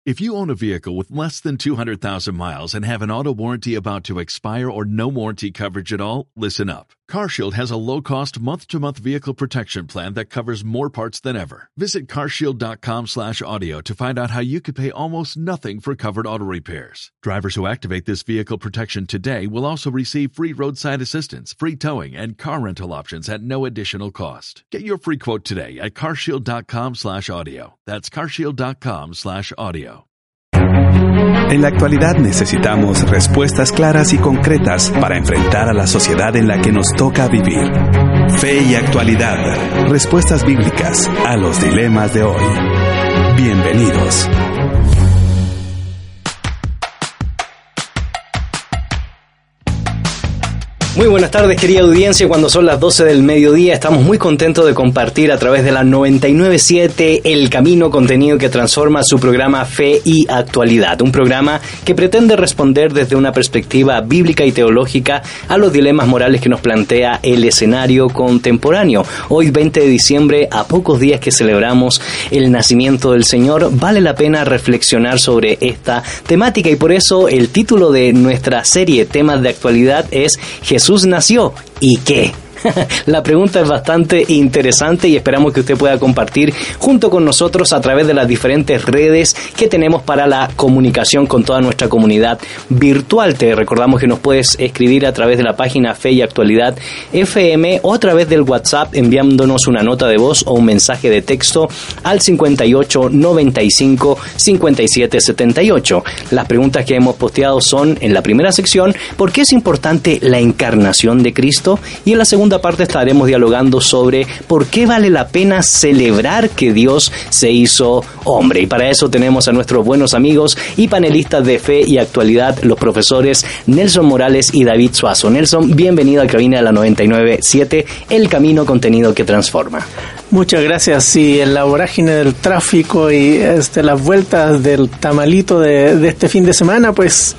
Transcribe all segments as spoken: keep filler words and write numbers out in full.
If you own a vehicle with less than two hundred thousand miles and have an auto warranty about to expire or no warranty coverage at all, listen up. CarShield has a low-cost month-to-month vehicle protection plan that covers more parts than ever. Visit carshield.com slash audio to find out how you could pay almost nothing for covered auto repairs. Drivers who activate this vehicle protection today will also receive free roadside assistance, free towing, and car rental options at no additional cost. Get your free quote today at carshield.com slash audio. That's carshield.com slash audio. En la actualidad necesitamos respuestas claras y concretas para enfrentar a la sociedad en la que nos toca vivir. Fe y actualidad. Respuestas bíblicas a los dilemas de hoy. Bienvenidos. Muy buenas tardes, querida audiencia. Cuando son las doce del mediodía, estamos muy contentos de compartir a través de la noventa y nueve punto siete El Camino, contenido que transforma, su programa Fe y Actualidad. Un programa que pretende responder desde una perspectiva bíblica y teológica a los dilemas morales que nos plantea el escenario contemporáneo. Hoy, veinte de diciembre, a pocos días que celebramos el nacimiento del Señor, vale la pena reflexionar sobre esta temática, y por eso el título de nuestra serie Temas de Actualidad es Jesús nació, ¿y qué? La pregunta es bastante interesante y esperamos que usted pueda compartir junto con nosotros a través de las diferentes redes que tenemos para la comunicación con toda nuestra comunidad virtual. Te recordamos que nos puedes escribir a través de la página Fe y Actualidad F M o a través del WhatsApp enviándonos una nota de voz o un mensaje de texto al cincuenta y ocho, noventa y cinco, cincuenta y siete, setenta y ocho. Las preguntas que hemos posteado son, en la primera sección, ¿por qué es importante la encarnación de Cristo? Y en la segunda parte estaremos dialogando sobre por qué vale la pena celebrar que Dios se hizo hombre. Y para eso tenemos a nuestros buenos amigos y panelistas de Fe y Actualidad, los profesores Nelson Morales y David Suazo. Nelson, bienvenido a cabina de la noventa y nueve punto siete El Camino, contenido que transforma. Muchas gracias. Sí, en la vorágine del tráfico y este, las vueltas del tamalito de, de este fin de semana, pues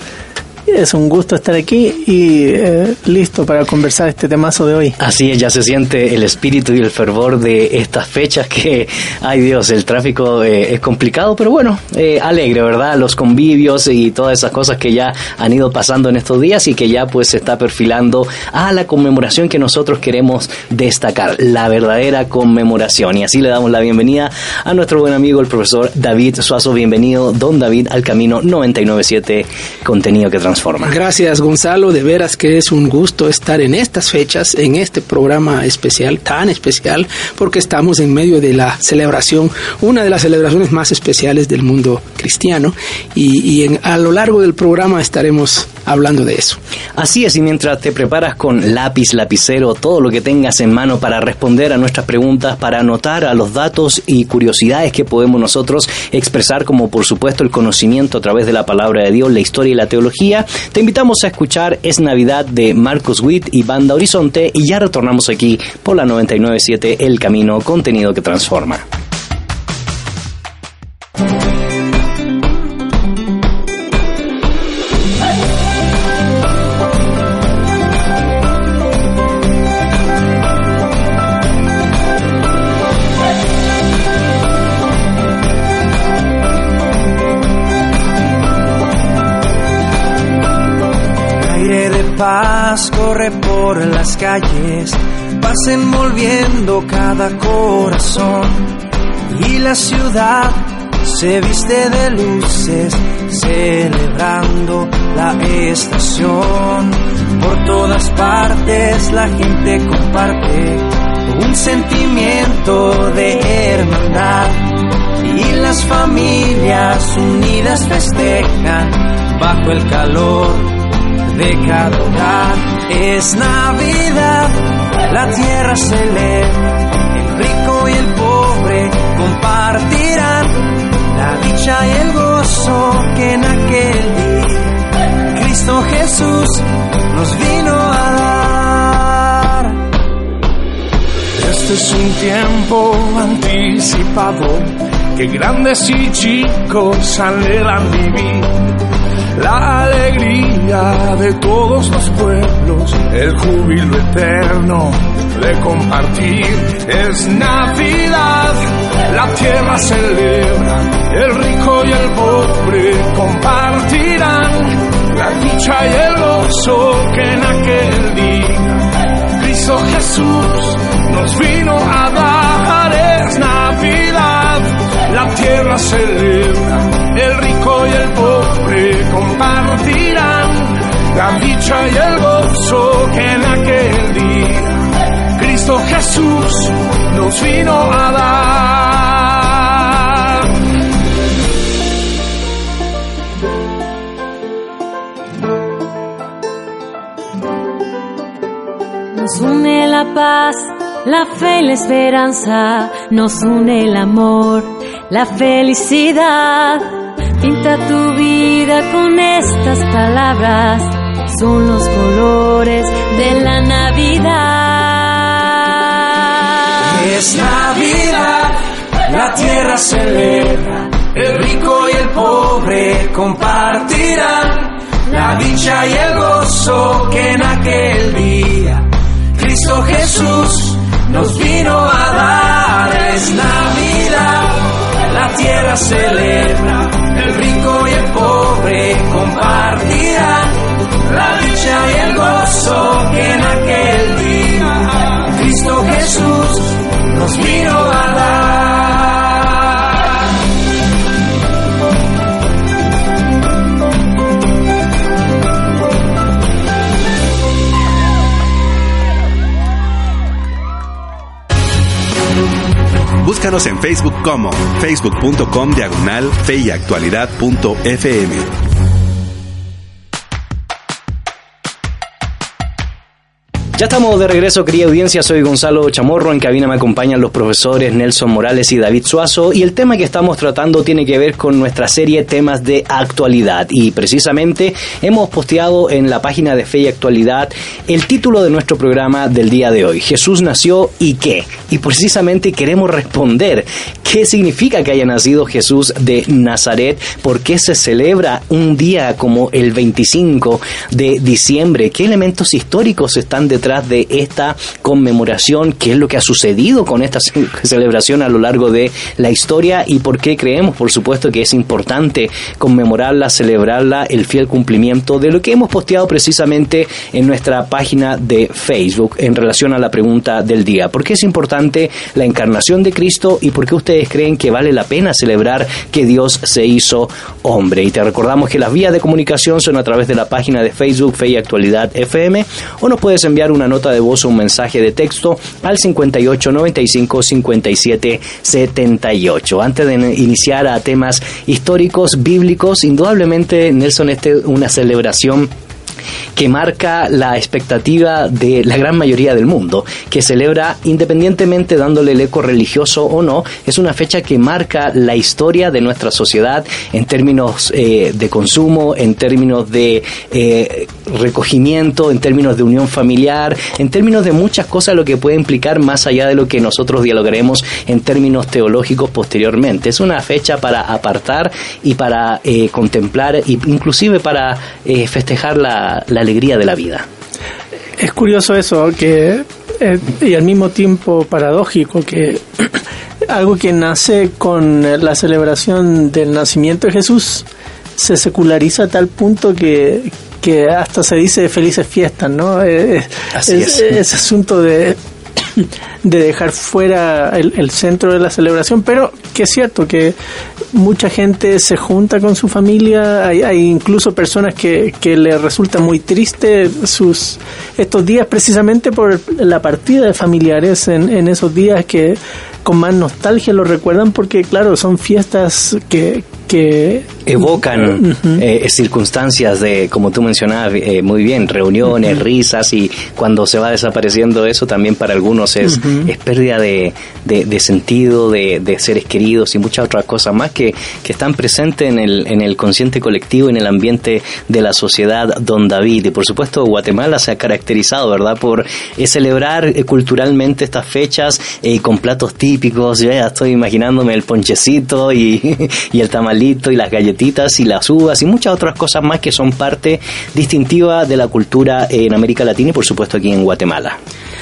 es un gusto estar aquí y eh, listo para conversar este temazo de hoy. Así es, ya se siente el espíritu y el fervor de estas fechas que, ay Dios, el tráfico eh, es complicado, pero bueno, eh, alegre, ¿verdad? Los convivios y todas esas cosas que ya han ido pasando en estos días y que ya pues se está perfilando a la conmemoración que nosotros queremos destacar, la verdadera conmemoración. Y así le damos la bienvenida a nuestro buen amigo, el profesor David Suazo. Bienvenido, don David, al Camino noventa y nueve punto siete, contenido que transforma. Gracias, Gonzalo, de veras que es un gusto estar en estas fechas, en este programa especial, tan especial, porque estamos en medio de la celebración, una de las celebraciones más especiales del mundo cristiano, y, y en, a lo largo del programa estaremos hablando de eso. Así es, y mientras te preparas con lápiz, lapicero, todo lo que tengas en mano para responder a nuestras preguntas, para anotar a los datos y curiosidades que podemos nosotros expresar, como por supuesto el conocimiento a través de la palabra de Dios, la historia y la teología, te invitamos a escuchar Es Navidad de Marcos Witt y Banda Horizonte, y ya retornamos aquí por la noventa y nueve punto siete El Camino, contenido que transforma. Paz corre por las calles, paz envolviendo cada corazón, y la ciudad se viste de luces, celebrando la estación. Por todas partes la gente comparte un sentimiento de hermandad, y las familias unidas festejan bajo el calor de cada hogar. Es Navidad, la tierra celebra, el rico y el pobre compartirán la dicha y el gozo que en aquel día Cristo Jesús nos vino a dar. Este es un tiempo anticipado que grandes y chicos anhelan vivir. La alegría de todos los pueblos, el júbilo eterno de compartir. Es Navidad, la tierra celebra, el rico y el pobre compartirán la dicha y el gozo que en aquel día Cristo Jesús nos vino a dar. Es Navidad, la tierra celebra, el rico y el pobre compartirán la dicha y el gozo que en aquel día Cristo Jesús nos vino a dar. Nos une la paz, la fe y la esperanza, nos une el amor, la felicidad. Pinta tu vida con estas palabras, son los colores de la Navidad. Es Navidad, la tierra celebra, el rico y el pobre compartirán la dicha y el gozo que en aquel día Cristo Jesús nos vino a dar. Es Navidad, la tierra celebra, el rico y el pobre compartirán la dicha y el gozo que en aquel día Cristo Jesús nos vino a dar. Búscanos en Facebook como facebook.com diagonal fe y actualidad punto fm. Ya estamos de regreso, querida audiencia. Soy Gonzalo Chamorro. En cabina me acompañan los profesores Nelson Morales y David Suazo. Y el tema que estamos tratando tiene que ver con nuestra serie Temas de Actualidad. Y precisamente hemos posteado en la página de Fe y Actualidad el título de nuestro programa del día de hoy: Jesús nació y qué. Y precisamente queremos responder qué significa que haya nacido Jesús de Nazaret, por qué se celebra un día como el veinticinco de diciembre, qué elementos históricos están detrás de esta conmemoración, qué es lo que ha sucedido con esta celebración a lo largo de la historia y por qué creemos, por supuesto, que es importante conmemorarla, celebrarla, el fiel cumplimiento de lo que hemos posteado precisamente en nuestra página de Facebook en relación a la pregunta del día: ¿por qué es importante la encarnación de Cristo y por qué ustedes creen que vale la pena celebrar que Dios se hizo hombre? Y te recordamos que las vías de comunicación son a través de la página de Facebook Fe y Actualidad F M, o nos puedes enviar una nota de voz o un mensaje de texto al cincuenta y ocho noventa y cinco cincuenta y siete setenta y ocho. Antes de iniciar a temas históricos bíblicos, indudablemente, Nelson, este es una celebración que marca la expectativa de la gran mayoría del mundo, que celebra independientemente dándole el eco religioso o no. Es una fecha que marca la historia de nuestra sociedad en términos eh, de consumo, en términos de eh, recogimiento, en términos de unión familiar, en términos de muchas cosas, lo que puede implicar más allá de lo que nosotros dialogaremos en términos teológicos posteriormente. Es una fecha para apartar y para eh, contemplar e inclusive para eh, festejar la, la alegría de la vida. Es curioso eso, que eh, y al mismo tiempo paradójico, que algo que nace con la celebración del nacimiento de Jesús se seculariza a tal punto que, que hasta se dice felices fiestas, ¿no? Eh, Así es, es. Ese asunto de de dejar fuera el, el centro de la celebración, pero que es cierto que mucha gente se junta con su familia. Hay, hay incluso personas que, que les resulta muy triste sus estos días precisamente por la partida de familiares en, en esos días, que con más nostalgia lo recuerdan, porque claro, son fiestas que que evocan uh-huh. eh, circunstancias de, como tú mencionabas eh, muy bien, reuniones, uh-huh. risas, y cuando se va desapareciendo eso también para algunos es, uh-huh. es pérdida de, de, de sentido, de, de seres queridos y muchas otras cosas más que, que están presentes en el, en el consciente colectivo, en el ambiente de la sociedad, don David. Y por supuesto Guatemala se ha caracterizado, ¿verdad?, por eh, celebrar eh, culturalmente estas fechas eh, con platos típicos. Yo ya estoy imaginándome el ponchecito y, y el tamalito y las galletitas y las uvas y muchas otras cosas más que son parte distintiva de la cultura en América Latina y por supuesto aquí en Guatemala.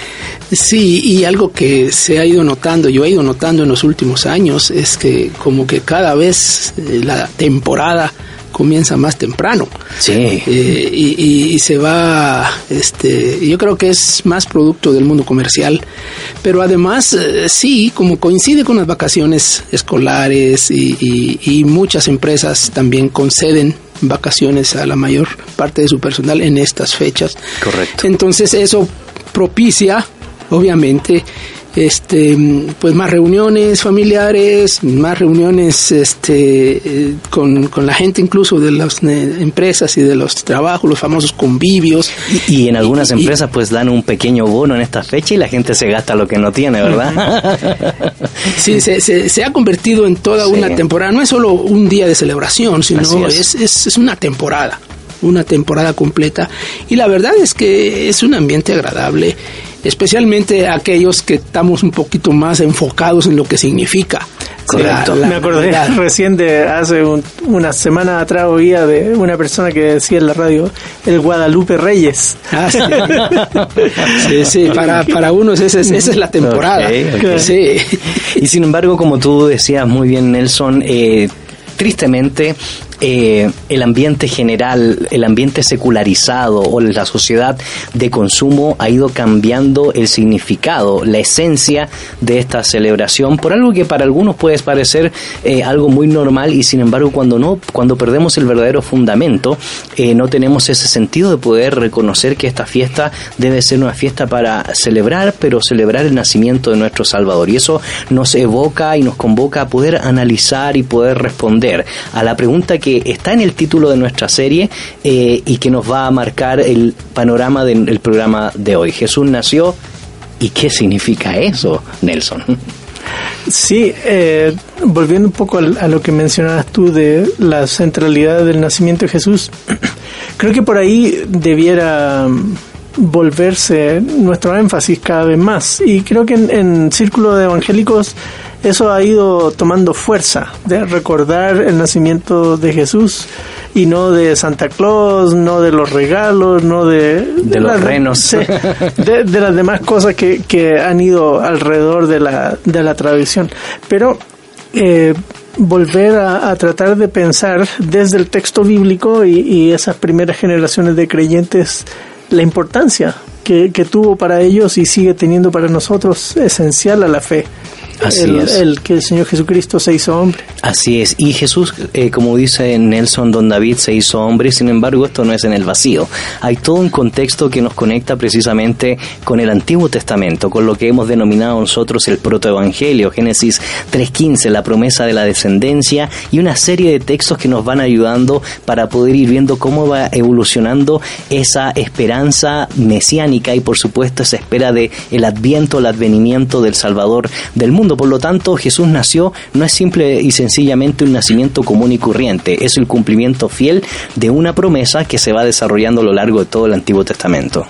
Sí, y algo que se ha ido notando, yo he ido notando en los últimos años, es que como que cada vez la temporada comienza más temprano. Sí. Eh, y, y, y se va, este, yo creo que es más producto del mundo comercial, pero además, eh, sí, como coincide con las vacaciones escolares y, y, y muchas empresas también conceden vacaciones a la mayor parte de su personal en estas fechas. Correcto. Entonces eso propicia, obviamente, este pues más reuniones familiares, más reuniones este con, con la gente incluso de las eh, empresas y de los trabajos, los famosos convivios. Y, y en algunas y, empresas y, pues dan un pequeño bono en esta fecha y la gente se gasta lo que no tiene, ¿verdad? Sí, se, se, se ha convertido en toda sí. una temporada. No es solo un día de celebración, sino es. Es, es, es una temporada, una temporada completa. Y la verdad es que es un ambiente agradable, especialmente aquellos que estamos un poquito más enfocados en lo que significa. Correcto. La, la Me acordé Navidad. Recién de hace un, una semana atrás oía de una persona que decía en la radio el Guadalupe Reyes. Ah, sí. sí, sí, para, para unos esa es, esa es la temporada. Okay, okay. Sí. Y sin embargo, como tú decías muy bien, Nelson, eh, tristemente eh, el ambiente general, el ambiente secularizado o la sociedad de consumo ha ido cambiando el significado, la esencia de esta celebración por algo que para algunos puede parecer eh, algo muy normal, y sin embargo cuando no, cuando perdemos el verdadero fundamento, eh, no tenemos ese sentido de poder reconocer que esta fiesta debe ser una fiesta para celebrar, pero celebrar el nacimiento de nuestro Salvador, y eso nos evoca y nos convoca a poder analizar y poder responder a la pregunta que está en el título de nuestra serie eh, y que nos va a marcar el panorama del programa de hoy. Jesús nació, ¿y qué significa eso, Nelson? Sí, eh, volviendo un poco a, a lo que mencionabas tú de la centralidad del nacimiento de Jesús, creo que por ahí debiera volverse nuestro énfasis cada vez más, y creo que en, en círculos de evangélicos eso ha ido tomando fuerza, de recordar el nacimiento de Jesús y no de Santa Claus, no de los regalos, no de... De, de los las, renos. Sí, de, de las demás cosas que, que han ido alrededor de la, de la tradición. Pero eh, volver a, a tratar de pensar desde el texto bíblico y, y esas primeras generaciones de creyentes, la importancia que, que tuvo para ellos y sigue teniendo para nosotros, esencial a la fe. Así el, es. El que el Señor Jesucristo se hizo hombre. Así es. Y Jesús, eh, como dice Nelson, don David se hizo hombre. Sin embargo, esto no es en el vacío. Hay todo un contexto que nos conecta precisamente con el Antiguo Testamento, con lo que hemos denominado nosotros el protoevangelio, Génesis tres quince, la promesa de la descendencia, y una serie de textos que nos van ayudando para poder ir viendo cómo va evolucionando esa esperanza mesiánica y, por supuesto, esa espera de el adviento, el advenimiento del Salvador del mundo. Por lo tanto, Jesús nació, no es simple y sencillamente un nacimiento común y corriente, es el cumplimiento fiel de una promesa que se va desarrollando a lo largo de todo el Antiguo Testamento.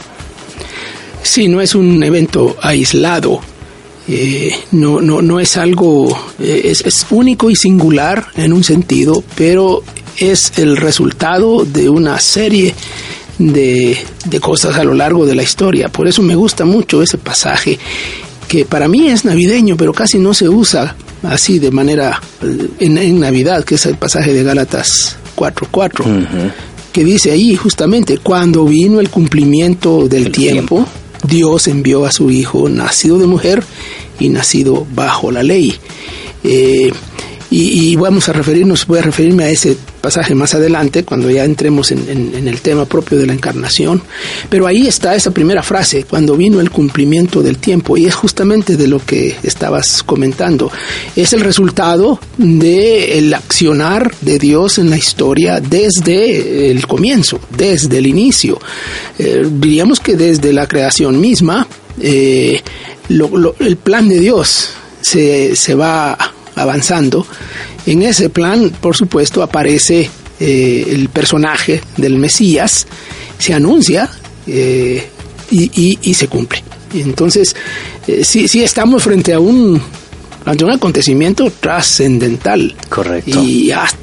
Sí, no es un evento aislado, eh, no, no, no es algo, eh, es, es único y singular en un sentido, pero es el resultado de una serie de, de cosas a lo largo de la historia. Por eso me gusta mucho ese pasaje, que para mí es navideño, pero casi no se usa así de manera en, en Navidad, que es el pasaje de Gálatas cuatro cuatro, uh-huh. que dice ahí justamente, cuando vino el cumplimiento del el tiempo, tiempo, Dios envió a su Hijo, nacido de mujer y nacido bajo la ley. Eh, y, y vamos a referirnos, voy a referirme a ese pasaje más adelante, cuando ya entremos en, en, en el tema propio de la encarnación, pero ahí está esa primera frase, cuando vino el cumplimiento del tiempo, y es justamente de lo que estabas comentando, es el resultado del accionar de Dios en la historia desde el comienzo, desde el inicio, eh, diríamos que desde la creación misma, eh, lo, lo, el plan de Dios se, se va avanzando. En ese plan, por supuesto, aparece eh, el personaje del Mesías, se anuncia eh, y, y, y se cumple. Entonces, eh, sí, sí estamos frente a un, ante un acontecimiento trascendental. Correcto. Y hasta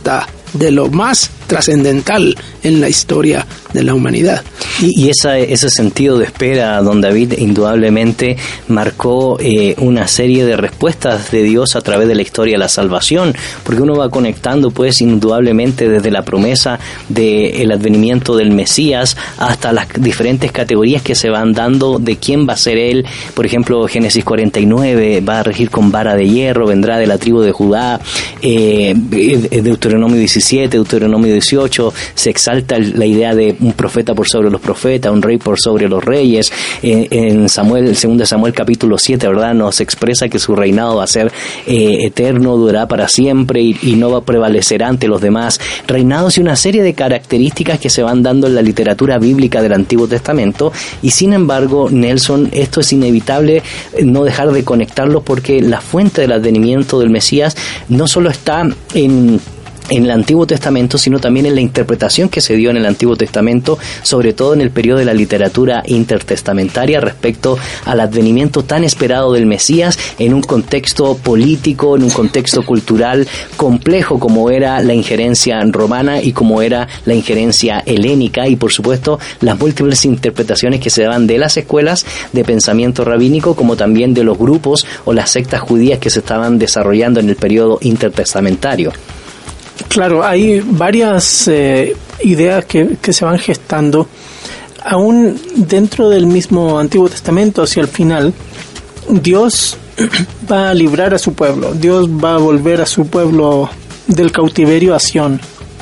de lo más trascendental en la historia de la humanidad. Y, y esa, ese sentido de espera, don David, indudablemente marcó eh, una serie de respuestas de Dios a través de la historia de la salvación, porque uno va conectando pues indudablemente desde la promesa del advenimiento del Mesías hasta las diferentes categorías que se van dando de quién va a ser él. Por ejemplo, Génesis cuarenta y nueve, va a regir con vara de hierro, vendrá de la tribu de Judá. eh, Deuteronomio diecisiete, Deuteronomio dieciocho, se exalta la idea de un profeta por sobre los profetas, un rey por sobre los reyes. En, en Samuel, segundo Samuel capítulo siete, ¿verdad?, nos expresa que su reinado va a ser eh, eterno, durará para siempre y, y no va a prevalecer ante los demás reinados, y una serie de características que se van dando en la literatura bíblica del Antiguo Testamento. Y sin embargo, Nelson, esto es inevitable no dejar de conectarlo, porque la fuente del advenimiento del Mesías no solo está en en el Antiguo Testamento, sino también en la interpretación que se dio en el Antiguo Testamento, sobre todo en el periodo de la literatura intertestamentaria, respecto al advenimiento tan esperado del Mesías en un contexto político, en un contexto cultural complejo como era la injerencia romana y como era la injerencia helénica, y por supuesto las múltiples interpretaciones que se daban de las escuelas de pensamiento rabínico, como también de los grupos o las sectas judías que se estaban desarrollando en el periodo intertestamentario. Claro, hay varias eh, ideas que, que se van gestando, aún dentro del mismo Antiguo Testamento. Hacia el final, Dios va a librar a su pueblo, Dios va a volver a su pueblo del cautiverio a Sión,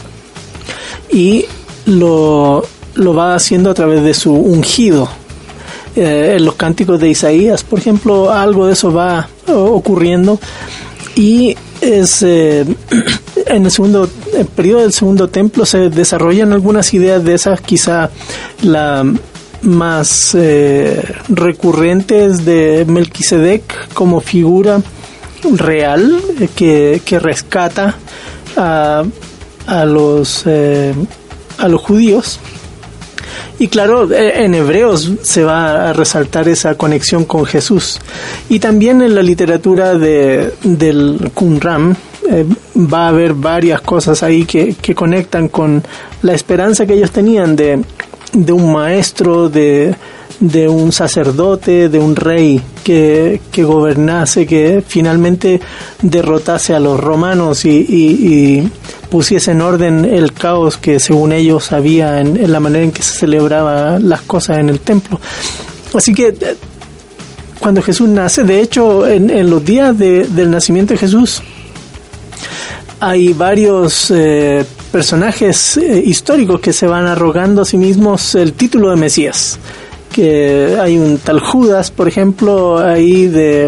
y lo, lo va haciendo a través de su ungido. Eh, en los cánticos de Isaías, por ejemplo, algo de eso va ocurriendo, y es eh, en el segundo el periodo del segundo templo se desarrollan algunas ideas de esas. Quizá la más eh, recurrente es de Melquisedec como figura real eh, que, que rescata a, a los eh, a los judíos. Y claro, en Hebreos se va a resaltar esa conexión con Jesús. Y también en la literatura de, del Qumran eh, va a haber varias cosas ahí que, que conectan con la esperanza que ellos tenían de, de un maestro, de, de un sacerdote, de un rey que, que gobernase, que finalmente derrotase a los romanos y, y, y pusiese en orden el caos que según ellos había en, en la manera en que se celebraban las cosas en el templo. Así que cuando Jesús nace, de hecho en, en los días de, del nacimiento de Jesús hay varios eh, personajes eh, históricos que se van arrogando a sí mismos el título de Mesías. Que hay un tal Judas, por ejemplo, ahí de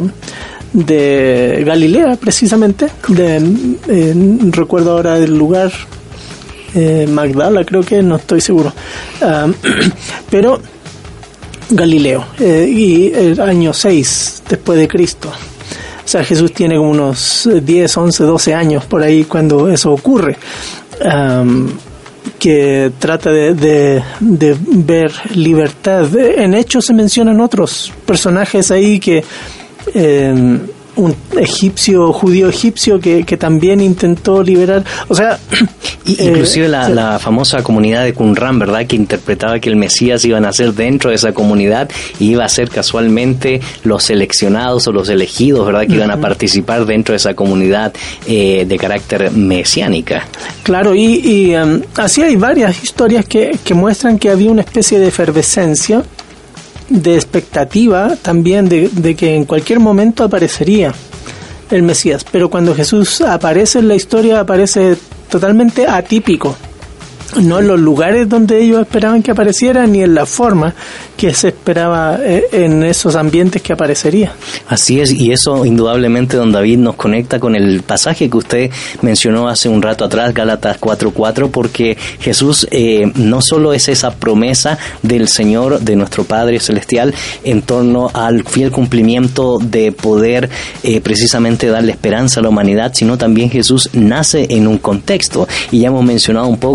de Galilea, precisamente, de, eh, recuerdo ahora el lugar, eh, Magdala creo que, no estoy seguro, uh, pero Galileo, eh, y el año seis después de Cristo. O sea, Jesús tiene como unos diez, once, doce años por ahí cuando eso ocurre. Um, que trata de, de, de ver libertad. En Hechos se mencionan otros personajes ahí que eh, un egipcio, judío egipcio que, que también intentó liberar, o sea... Y, inclusive eh, la, la famosa comunidad de Qumran, ¿verdad?, que interpretaba que el Mesías iba a nacer dentro de esa comunidad y iba a ser casualmente los seleccionados o los elegidos, ¿verdad?, que uh-huh. iban a participar dentro de esa comunidad eh, de carácter mesiánica. Claro, y, y um, así hay varias historias que, que muestran que había una especie de efervescencia, de expectativa también de, de que en cualquier momento aparecería el Mesías, pero cuando Jesús aparece en la historia aparece totalmente atípico, no en los lugares donde ellos esperaban que apareciera ni en la forma que se esperaba en esos ambientes que aparecería. Así es, y eso indudablemente, don David, nos conecta con el pasaje que usted mencionó hace un rato atrás, Gálatas cuatro cuatro, porque Jesús eh, no solo es esa promesa del Señor, de nuestro Padre Celestial, en torno al fiel cumplimiento de poder eh, precisamente darle esperanza a la humanidad, sino también Jesús nace en un contexto, y ya hemos mencionado un poco el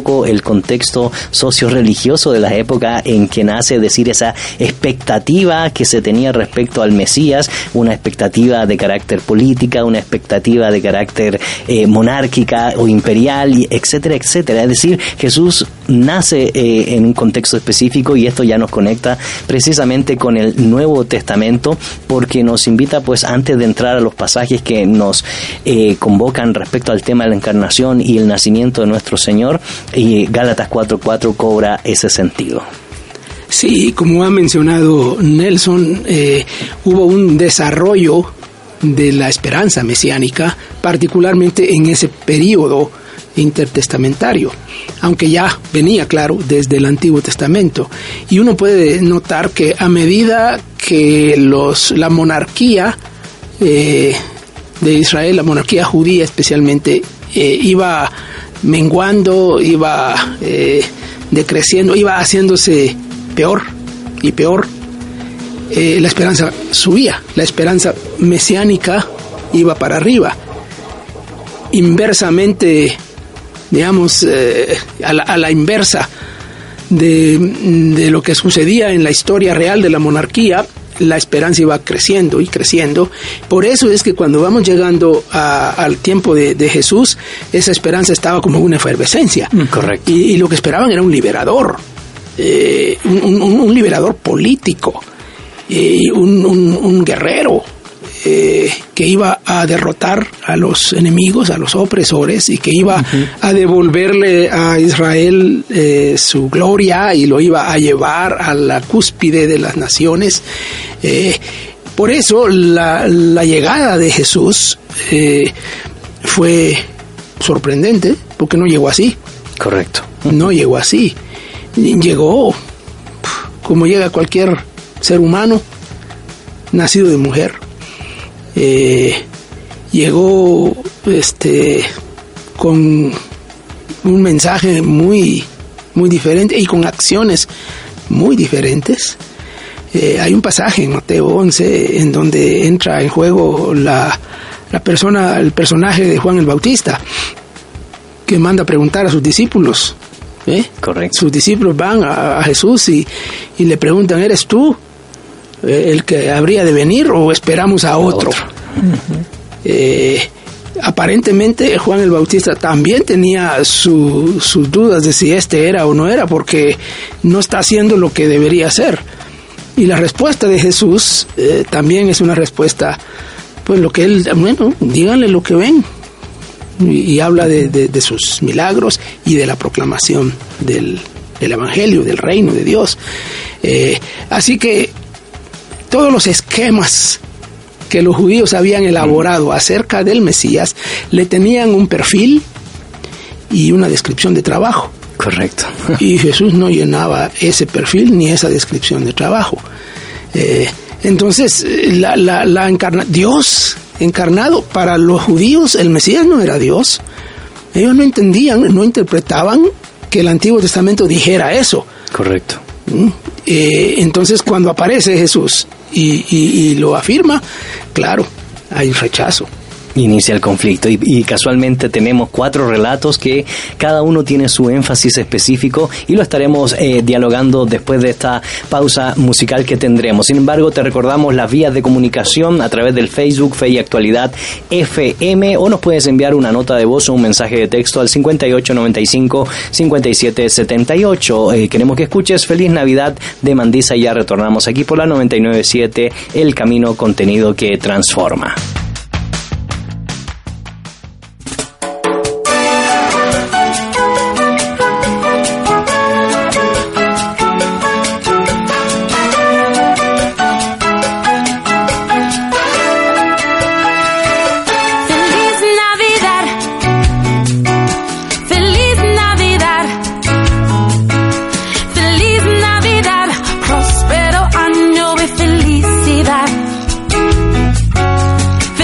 el contexto socio-religioso de la época en que nace, es decir, esa expectativa que se tenía respecto al Mesías, una expectativa de carácter política, una expectativa de carácter eh, monárquica o imperial, etcétera, etcétera. Es decir, Jesús nace eh, en un contexto específico, y esto ya nos conecta precisamente con el Nuevo Testamento, porque nos invita, pues, antes de entrar a los pasajes que nos eh, convocan respecto al tema de la encarnación y el nacimiento de nuestro Señor, y Gálatas cuatro cuatro cobra ese sentido. Sí, como ha mencionado Nelson, eh, hubo un desarrollo de la esperanza mesiánica, particularmente en ese periodo intertestamentario, aunque ya venía, claro, desde el Antiguo Testamento. Y uno puede notar que a medida que los la monarquía eh, de Israel, la monarquía judía especialmente, eh, iba menguando, iba eh, decreciendo, iba haciéndose peor y peor, eh, la esperanza subía, la esperanza mesiánica iba para arriba. Inversamente, digamos, eh, a, la, a la inversa de, de lo que sucedía en la historia real de la monarquía, la esperanza iba creciendo y creciendo. Por eso es que cuando vamos llegando a, al tiempo de, de Jesús, esa esperanza estaba como una efervescencia. Correcto. Y, y lo que esperaban era un liberador, eh, un, un, un liberador político, eh, un, un, un guerrero, Eh, que iba a derrotar a los enemigos, a los opresores, y que iba uh-huh. a devolverle a Israel eh, su gloria, y lo iba a llevar a la cúspide de las naciones. Eh, por eso la, la llegada de Jesús eh, fue sorprendente, porque no llegó así. Correcto. No llegó así. Llegó como llega cualquier ser humano nacido de mujer. Eh, llegó este con un mensaje muy muy diferente y con acciones muy diferentes. Eh, hay un pasaje en Mateo once en donde entra en juego la, la persona, el personaje de Juan el Bautista, que manda a preguntar a sus discípulos. ¿eh? Correcto. Sus discípulos van a, a Jesús y, y le preguntan: ¿eres tú el que habría de venir o esperamos a otro? otro. Uh-huh. eh, aparentemente Juan el Bautista también tenía su, sus dudas de si este era o no era, porque no está haciendo lo que debería hacer. Y la respuesta de Jesús eh, también es una respuesta, pues lo que él, bueno, díganle lo que ven. Y, y habla de, de, de sus milagros y de la proclamación del, del Evangelio, del reino de Dios. Eh, así que todos los esquemas que los judíos habían elaborado acerca del Mesías le tenían un perfil y una descripción de trabajo. Correcto. Y Jesús no llenaba ese perfil ni esa descripción de trabajo. Eh, entonces, la, la, la encarna, Dios encarnado, para los judíos el Mesías no era Dios. Ellos no entendían, no interpretaban que el Antiguo Testamento dijera eso. Correcto. Eh, entonces, cuando aparece Jesús y, y, y lo afirma, claro, hay un rechazo. Inicia el conflicto y, y casualmente tenemos cuatro relatos que cada uno tiene su énfasis específico, y lo estaremos eh, dialogando después de esta pausa musical que tendremos. Sin embargo, te recordamos las vías de comunicación a través del Facebook Fe y Actualidad F M, o nos puedes enviar una nota de voz o un mensaje de texto al cincuenta y ocho noventa y cinco cincuenta y siete setenta y ocho. Eh, queremos que escuches Feliz Navidad de Mandisa, y ya retornamos aquí por la noventa y nueve punto siete, El Camino, contenido que transforma. Prospero año de felicidad.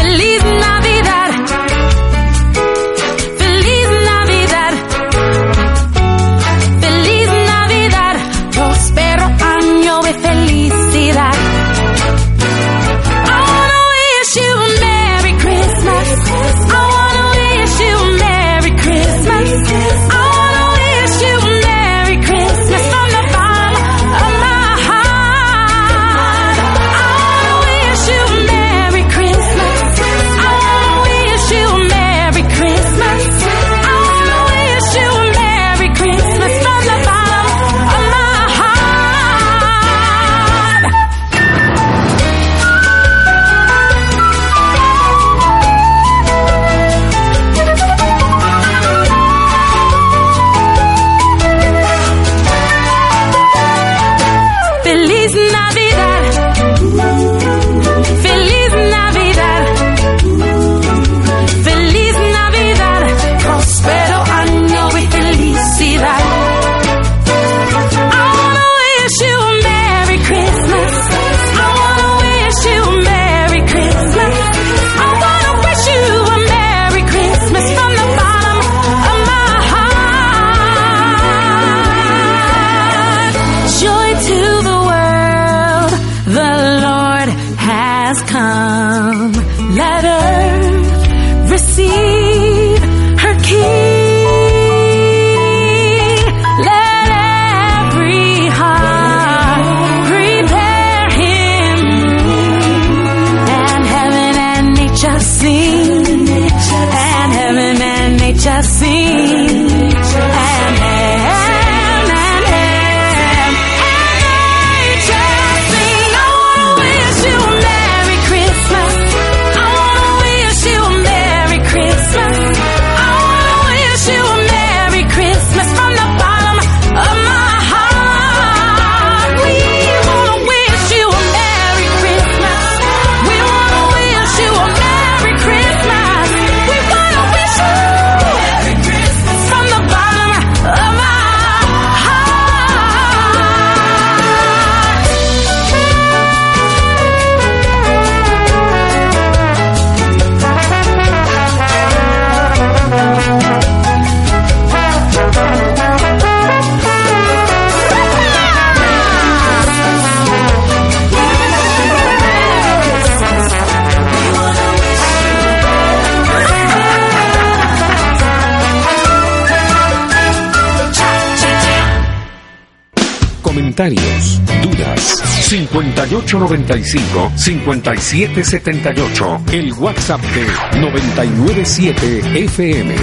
comentarios, dudas. cincuenta y ocho noventa y cinco, cincuenta y siete setenta y ocho. El WhatsApp de noventa y nueve siete F M.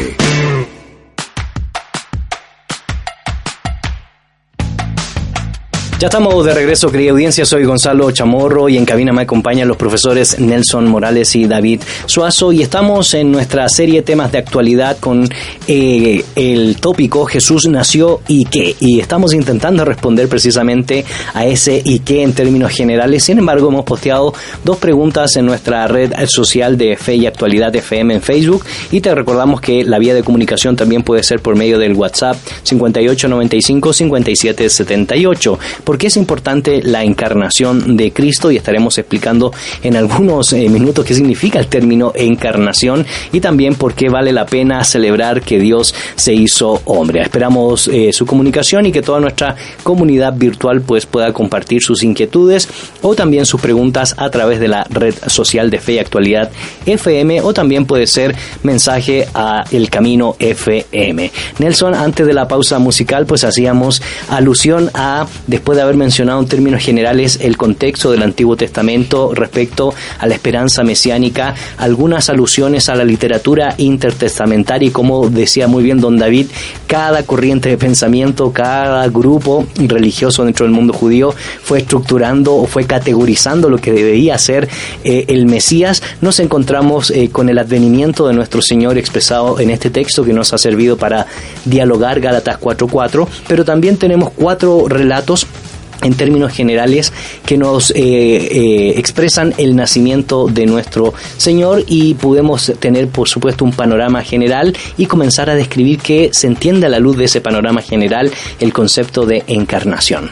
Ya estamos de regreso, querida audiencia. Soy Gonzalo Chamorro y en cabina me acompañan los profesores Nelson Morales y David Suazo, y estamos en nuestra serie temas de actualidad con eh, el tópico Jesús nació y qué, y estamos intentando responder precisamente a ese y qué en términos generales. Sin embargo, hemos posteado dos preguntas en nuestra red social de Fe y Actualidad F M en Facebook, y te recordamos que la vía de comunicación también puede ser por medio del WhatsApp cincuenta y ocho noventa y cinco, cincuenta y siete setenta y ocho. ¿Por qué es importante la encarnación de Cristo? Y estaremos explicando en algunos eh, minutos qué significa el término encarnación, y también por qué vale la pena celebrar que Dios se hizo hombre. Esperamos eh, su comunicación y que toda nuestra comunidad virtual pues pueda compartir sus inquietudes o también sus preguntas a través de la red social de Fe y Actualidad F M, o también puede ser mensaje a El Camino F M. Nelson, antes de la pausa musical pues hacíamos alusión a, después de haber mencionado en términos generales el contexto del Antiguo Testamento respecto a la esperanza mesiánica, algunas alusiones a la literatura intertestamentaria, y como decía muy bien don David, cada corriente de pensamiento, cada grupo religioso dentro del mundo judío fue estructurando o fue categorizando lo que debería ser eh, el Mesías. Nos encontramos eh, con el advenimiento de nuestro Señor expresado en este texto que nos ha servido para dialogar Gálatas cuatro cuatro, pero también tenemos cuatro relatos en términos generales que nos eh, eh, expresan el nacimiento de nuestro Señor, y podemos tener por supuesto un panorama general y comenzar a describir que se entiende a la luz de ese panorama general el concepto de encarnación.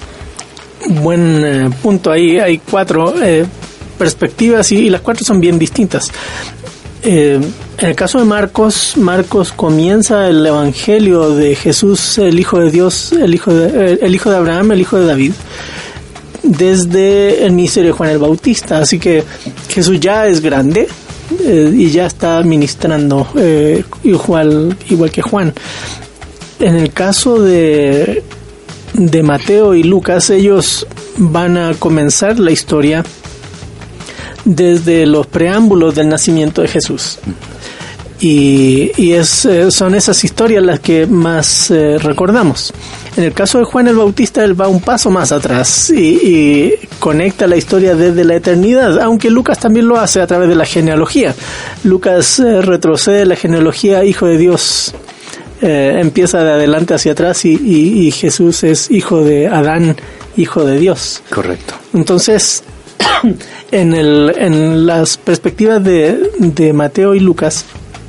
Buen eh, punto. Ahí hay cuatro eh, perspectivas y, y las cuatro son bien distintas. Eh, en el caso de Marcos, Marcos comienza el evangelio de Jesús, el Hijo de Dios, el Hijo de, el Hijo de Abraham, el Hijo de David, desde el ministerio de Juan el Bautista. Así que Jesús ya es grande eh, y ya está ministrando eh, igual, igual que Juan. En el caso de, de Mateo y Lucas, ellos van a comenzar la historia desde los preámbulos del nacimiento de Jesús. Y, y es, son esas historias las que más eh, recordamos. En el caso de Juan el Bautista, él va un paso más atrás y, y conecta la historia desde la eternidad, aunque Lucas también lo hace a través de la genealogía. Lucas eh, retrocede la genealogía, Hijo de Dios, eh, empieza de adelante hacia atrás, y, y, y Jesús es hijo de Adán, hijo de Dios. Correcto. Entonces, en, el, en las perspectivas de, de Mateo y Lucas,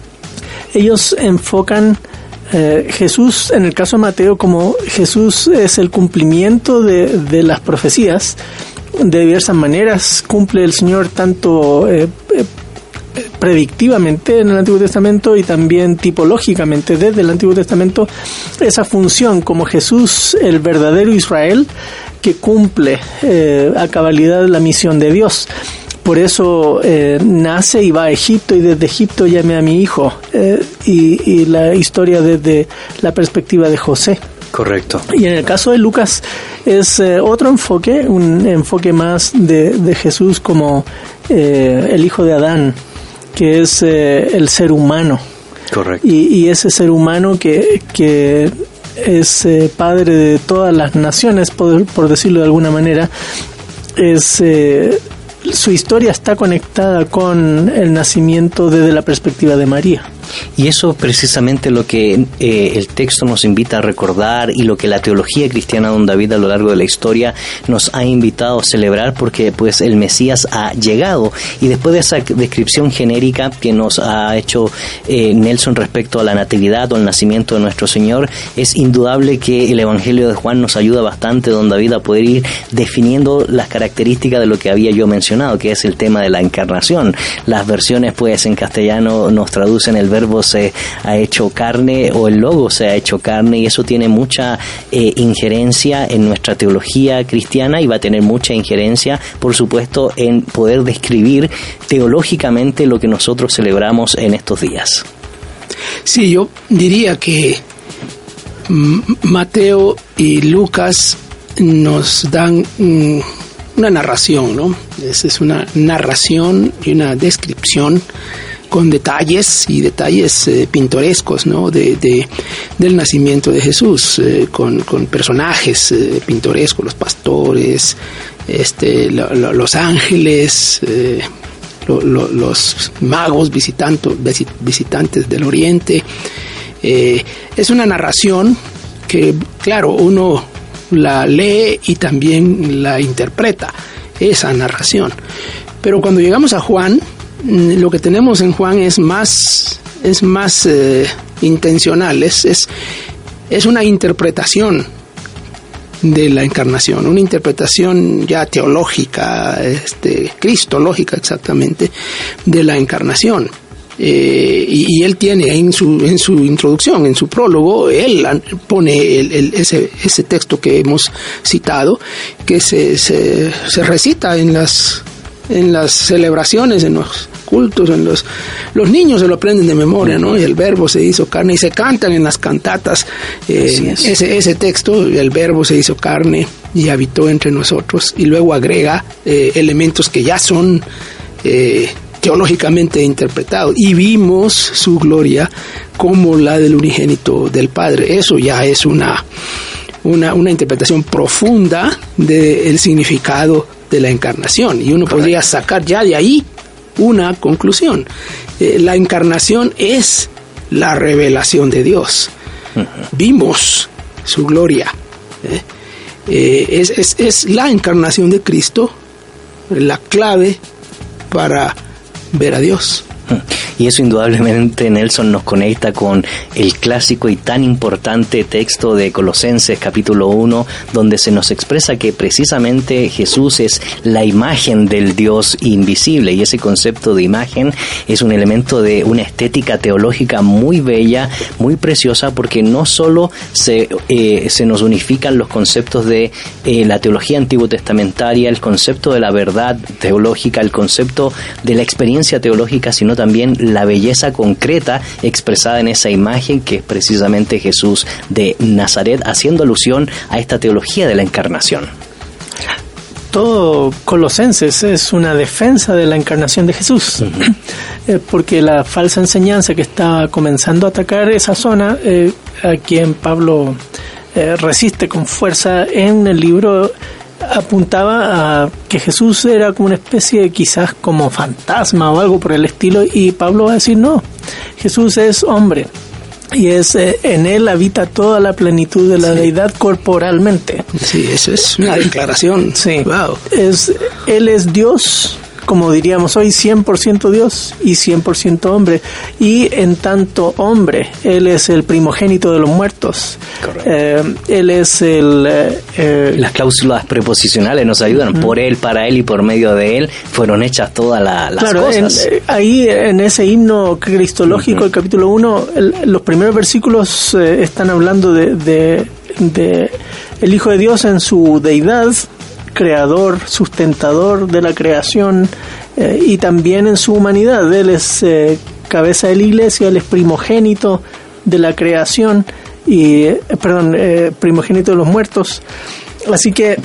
ellos enfocan eh, Jesús, en el caso de Mateo, como Jesús es el cumplimiento de, de las profecías. De diversas maneras cumple el Señor tanto eh, eh, predictivamente en el Antiguo Testamento y también tipológicamente desde el Antiguo Testamento esa función como Jesús, el verdadero Israel, que cumple eh, a cabalidad la misión de Dios. Por eso eh, nace y va a Egipto, y desde Egipto llamé a mi hijo, eh, y, y la historia desde la perspectiva de José. Correcto. Y en el caso de Lucas es eh, otro enfoque, un enfoque más de, de Jesús como eh, el hijo de Adán, que es eh, el ser humano. Correcto. Y, y ese ser humano que, que es eh, padre de todas las naciones, por, por decirlo de alguna manera, es... Eh, su historia está conectada con el nacimiento desde la perspectiva de María. Y eso es precisamente lo que eh, el texto nos invita a recordar, y lo que la teología cristiana de don David a lo largo de la historia nos ha invitado a celebrar, porque pues el Mesías ha llegado. Y después de esa descripción genérica que nos ha hecho eh, Nelson respecto a la natividad o el nacimiento de nuestro Señor, es indudable que el Evangelio de Juan nos ayuda bastante, don David, a poder ir definiendo las características de lo que había yo mencionado, que es el tema de la encarnación. Las versiones pues en castellano nos traducen el verbo se ha hecho carne, o el logo se ha hecho carne, y eso tiene mucha eh, injerencia en nuestra teología cristiana, y va a tener mucha injerencia, por supuesto, en poder describir teológicamente lo que nosotros celebramos en estos días. Sí, yo diría que Mateo y Lucas nos dan mm, una narración, ¿no? Es, es una narración y una descripción con detalles y detalles eh, pintorescos, ¿no? De, de del nacimiento de Jesús, eh, con, con personajes eh, pintorescos, los pastores, este, lo, lo, los ángeles, eh, lo, lo, los magos visitantes, visitantes del Oriente. Eh, es una narración que, claro, uno la lee y también la interpreta, esa narración. Pero cuando llegamos a Juan, lo que tenemos en Juan es más, es más eh, intencional, es, es, es una interpretación de la encarnación, una interpretación ya teológica, este, cristológica exactamente, de la encarnación. Eh, y, y él tiene en su en su introducción, en su prólogo, él pone el, el, ese ese texto que hemos citado, que se, se, se recita en las en las celebraciones, en los cultos, en los los niños se lo aprenden de memoria, ¿no? Y el Verbo se hizo carne, y se cantan en las cantatas eh, ese ese texto, el Verbo se hizo carne y habitó entre nosotros, y luego agrega eh, elementos que ya son eh, teológicamente interpretados, y vimos su gloria como la del unigénito del Padre. Eso ya es una una una interpretación profunda del significado de la encarnación, y uno Correcto. Podría sacar ya de ahí una conclusión. Eh, la encarnación es la revelación de Dios. Uh-huh. Vimos su gloria. ¿eh? Eh, es, es, es la encarnación de Cristo la clave para ver a Dios. Y eso indudablemente, Nelson, nos conecta con el clásico y tan importante texto de Colosenses capítulo uno, donde se nos expresa que precisamente Jesús es la imagen del Dios invisible, y ese concepto de imagen es un elemento de una estética teológica muy bella, muy preciosa, porque no solo se, eh, se nos unifican los conceptos de eh, la teología antiguo testamentaria, el concepto de la verdad teológica, el concepto de la experiencia teológica, sino también la belleza concreta expresada en esa imagen que es precisamente Jesús de Nazaret, haciendo alusión a esta teología de la encarnación. Todo Colosenses es una defensa de la encarnación de Jesús, uh-huh. eh, porque la falsa enseñanza que está comenzando a atacar esa zona, eh, a quien Pablo eh, resiste con fuerza en el libro, apuntaba a que Jesús era como una especie de, quizás como fantasma o algo por el estilo, y Pablo va a decir no, Jesús es hombre y es eh, en él habita toda la plenitud de la sí. deidad corporalmente. Sí, eso es una declaración. Sí, wow. Es, él es Dios, como diríamos hoy, cien por ciento Dios y cien por ciento hombre, y en tanto hombre, él es el primogénito de los muertos. Eh, él es el... Eh, eh, Las cláusulas preposicionales nos ayudan, uh-huh. por él, para él y por medio de él fueron hechas todas la, las claro, cosas. En, ahí en ese himno cristológico, uh-huh. el capítulo uno, el, los primeros versículos eh, están hablando de, de, de el Hijo de Dios en su deidad, creador, sustentador de la creación, eh, y también en su humanidad. Él es eh, cabeza de la iglesia, él es primogénito de la creación, y eh, perdón, eh, primogénito de los muertos. Así que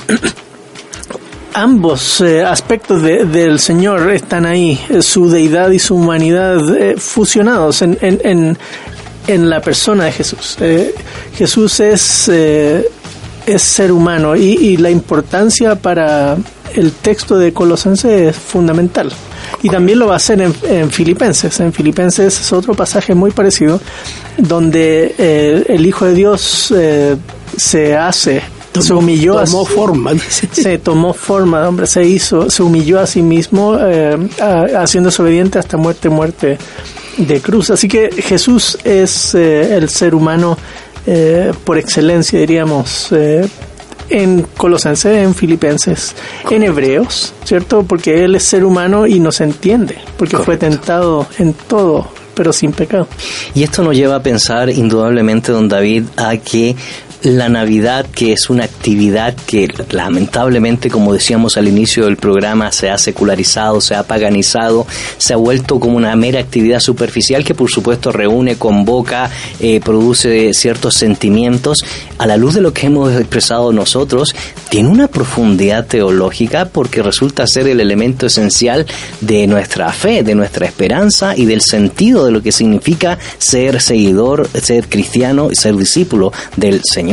ambos eh, aspectos de, del Señor están ahí, eh, su deidad y su humanidad eh, fusionados en, en, en, en la persona de Jesús. Eh, Jesús es... Eh, es ser humano, y, y la importancia para el texto de Colosenses es fundamental, y también lo va a hacer en, en Filipenses. En Filipenses es otro pasaje muy parecido, donde eh, el Hijo de Dios eh, se hace, tomó, se humilló, tomó a, forma, se tomó forma, hombre, se hizo, se humilló a sí mismo, eh, a, haciéndose obediente hasta muerte, muerte de cruz. Así que Jesús es eh, el ser humano Eh, por excelencia, diríamos, eh, en Colosenses, en Filipenses, en Hebreos, ¿cierto? Porque él es ser humano y nos entiende, porque Correcto. Fue tentado en todo, pero sin pecado. Y esto nos lleva a pensar indudablemente, don David, a que la Navidad, que es una actividad que lamentablemente, como decíamos al inicio del programa, se ha secularizado, se ha paganizado, se ha vuelto como una mera actividad superficial que por supuesto reúne, convoca, eh, produce ciertos sentimientos. A la luz de lo que hemos expresado nosotros, tiene una profundidad teológica porque resulta ser el elemento esencial de nuestra fe, de nuestra esperanza y del sentido de lo que significa ser seguidor, ser cristiano y ser discípulo del Señor.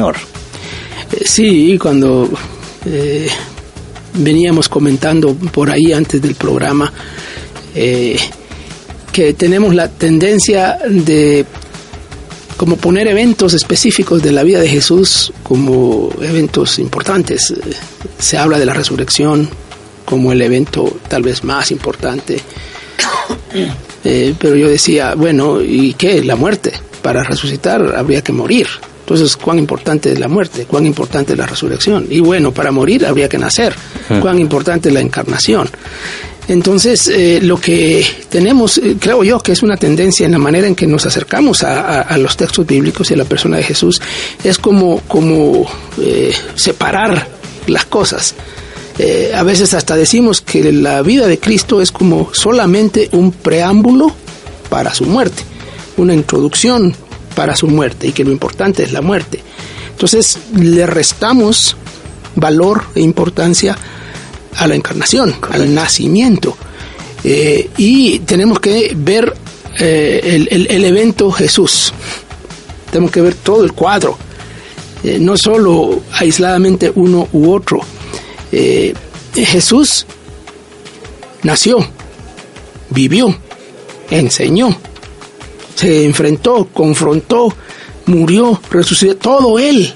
Sí, cuando eh, veníamos comentando por ahí antes del programa eh, que tenemos la tendencia de como poner eventos específicos de la vida de Jesús como eventos importantes. Se habla de la resurrección como el evento tal vez más importante, eh, pero yo decía, bueno, ¿y qué? La muerte. Para resucitar habría que morir. Entonces, ¿cuán importante es la muerte? ¿Cuán importante es la resurrección? Y bueno, para morir habría que nacer. ¿Cuán importante es la encarnación? Entonces, eh, lo que tenemos, eh, creo yo, que es una tendencia en la manera en que nos acercamos a, a, a los textos bíblicos y a la persona de Jesús, es como, como eh, separar las cosas. Eh, a veces hasta decimos que la vida de Cristo es como solamente un preámbulo para su muerte, una introducción para su muerte, y que lo importante es la muerte. Entonces le restamos valor e importancia a la encarnación, correcto, al nacimiento, eh, y tenemos que ver eh, el, el, el evento Jesús, tenemos que ver todo el cuadro, eh, no solo aisladamente uno u otro. eh, Jesús nació, vivió, enseñó, se enfrentó, confrontó, murió, resucitó, todo Él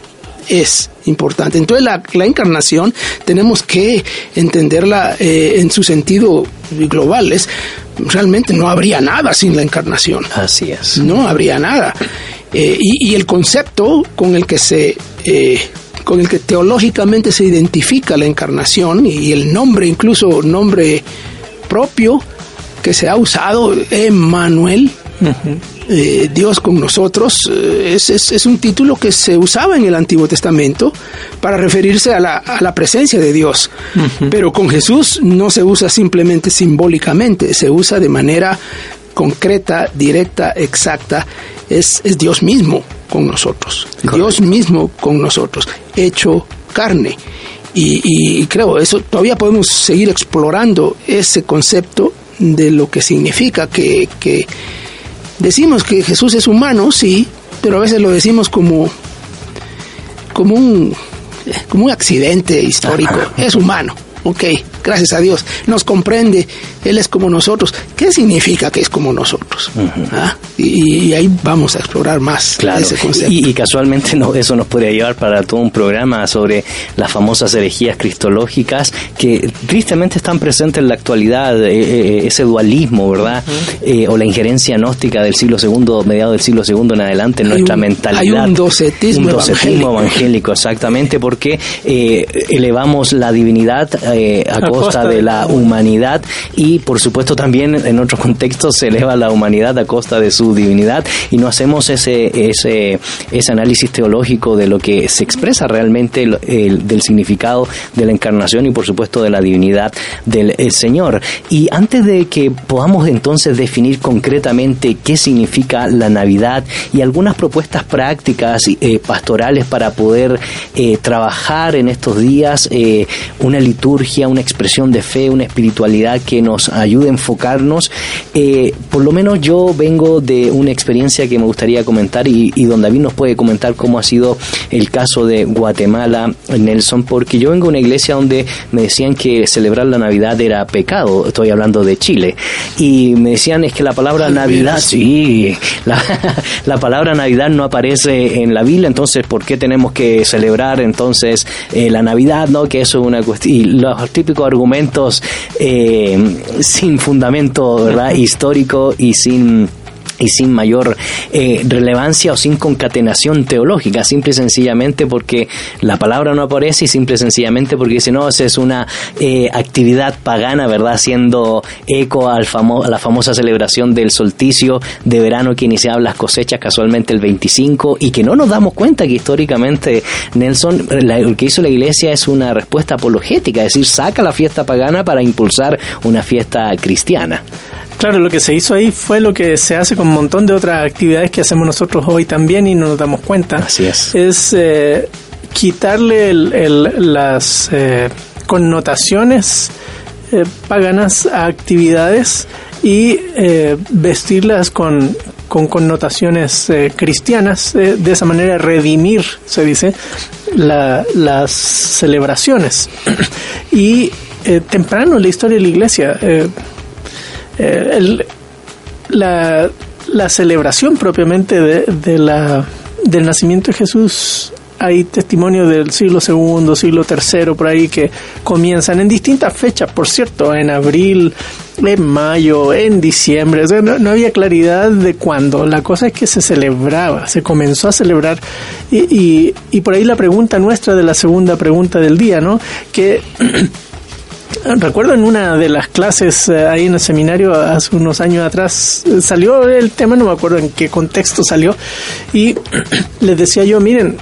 es importante. Entonces la, la encarnación tenemos que entenderla eh, en su sentido global. Es, realmente no habría nada sin la encarnación. Así es. No habría nada. Eh, y, y el concepto con el que se... Eh, con el que teológicamente se identifica la encarnación, y el nombre, incluso nombre propio que se ha usado, Emmanuel, uh-huh. eh, Dios con nosotros, eh, es, es, es un título que se usaba en el Antiguo Testamento para referirse a la, a la presencia de Dios. Uh-huh. Pero con Jesús no se usa simplemente simbólicamente, se usa de manera concreta, directa, exacta. Es, es Dios mismo con nosotros. Correcto. Dios mismo con nosotros, hecho carne. Y, y creo, eso todavía podemos seguir explorando ese concepto de lo que significa que, que decimos que Jesús es humano, sí, pero a veces lo decimos como, como un, como un accidente histórico. Ajá. Es humano. Ok, gracias a Dios, nos comprende, Él es como nosotros. ¿Qué significa que es como nosotros? Uh-huh. ¿Ah? Y, y ahí vamos a explorar más, claro, ese concepto. Y, y casualmente no, eso nos podría llevar para todo un programa sobre las famosas herejías cristológicas que tristemente están presentes en la actualidad, eh, eh, ese dualismo, ¿verdad? Uh-huh. Eh, o la injerencia gnóstica del siglo segundo, mediados del siglo segundo en adelante en hay nuestra un, mentalidad. Hay un docetismo, un docetismo evangélico. evangélico, exactamente, porque eh, elevamos la divinidad Eh, a, a costa, costa de la humanidad, y por supuesto también en otros contextos se eleva la humanidad a costa de su divinidad, y no hacemos ese ese ese análisis teológico de lo que se expresa realmente el, el, del significado de la encarnación y por supuesto de la divinidad del Señor. Y antes de que podamos entonces definir concretamente qué significa la Navidad y algunas propuestas prácticas eh, pastorales para poder eh, trabajar en estos días eh, una liturgia, una expresión de fe, una espiritualidad que nos ayude a enfocarnos. Eh, por lo menos yo vengo de una experiencia que me gustaría comentar, y, y don David nos puede comentar cómo ha sido el caso de Guatemala, Nelson, porque yo vengo de una iglesia donde me decían que celebrar la Navidad era pecado. Estoy hablando de Chile, y me decían es que la palabra Navidad, sí, la, la palabra Navidad no aparece en la Biblia, entonces ¿por qué tenemos que celebrar entonces eh, la Navidad? No, que eso es una cuestión. Y los típicos argumentos eh, sin fundamento, ¿verdad? Histórico y sin y sin mayor eh, relevancia o sin concatenación teológica, simple y sencillamente porque la palabra no aparece y simple y sencillamente porque dice, no, esa es una eh, actividad pagana, ¿verdad? Haciendo eco al famo- a la famosa celebración del solsticio de verano que iniciaba las cosechas casualmente el veinticinco, y que no nos damos cuenta que históricamente, Nelson, la, lo que hizo la iglesia es una respuesta apologética, es decir, saca la fiesta pagana para impulsar una fiesta cristiana. Claro, lo que se hizo ahí fue lo que se hace con un montón de otras actividades que hacemos nosotros hoy también y no nos damos cuenta. Así es. Es eh, quitarle el, el, las eh, connotaciones eh, paganas a actividades y eh, vestirlas con, con connotaciones eh, cristianas. Eh, de esa manera redimir, se dice, la, las celebraciones. Y eh, temprano en la historia de la iglesia... Eh, Eh, el, la, la celebración propiamente de, de la, del nacimiento de Jesús, hay testimonios del siglo segundo, siglo tercero, por ahí, que comienzan en distintas fechas, por cierto, en abril, en mayo, en diciembre. O sea, no, no había claridad de cuándo. La cosa es que se celebraba, se comenzó a celebrar. Y, y, y por ahí la pregunta nuestra de la segunda pregunta del día, ¿no? Que... Recuerdo en una de las clases eh, ahí en el seminario hace unos años atrás eh, salió el tema, no me acuerdo en qué contexto salió, y les decía yo, miren,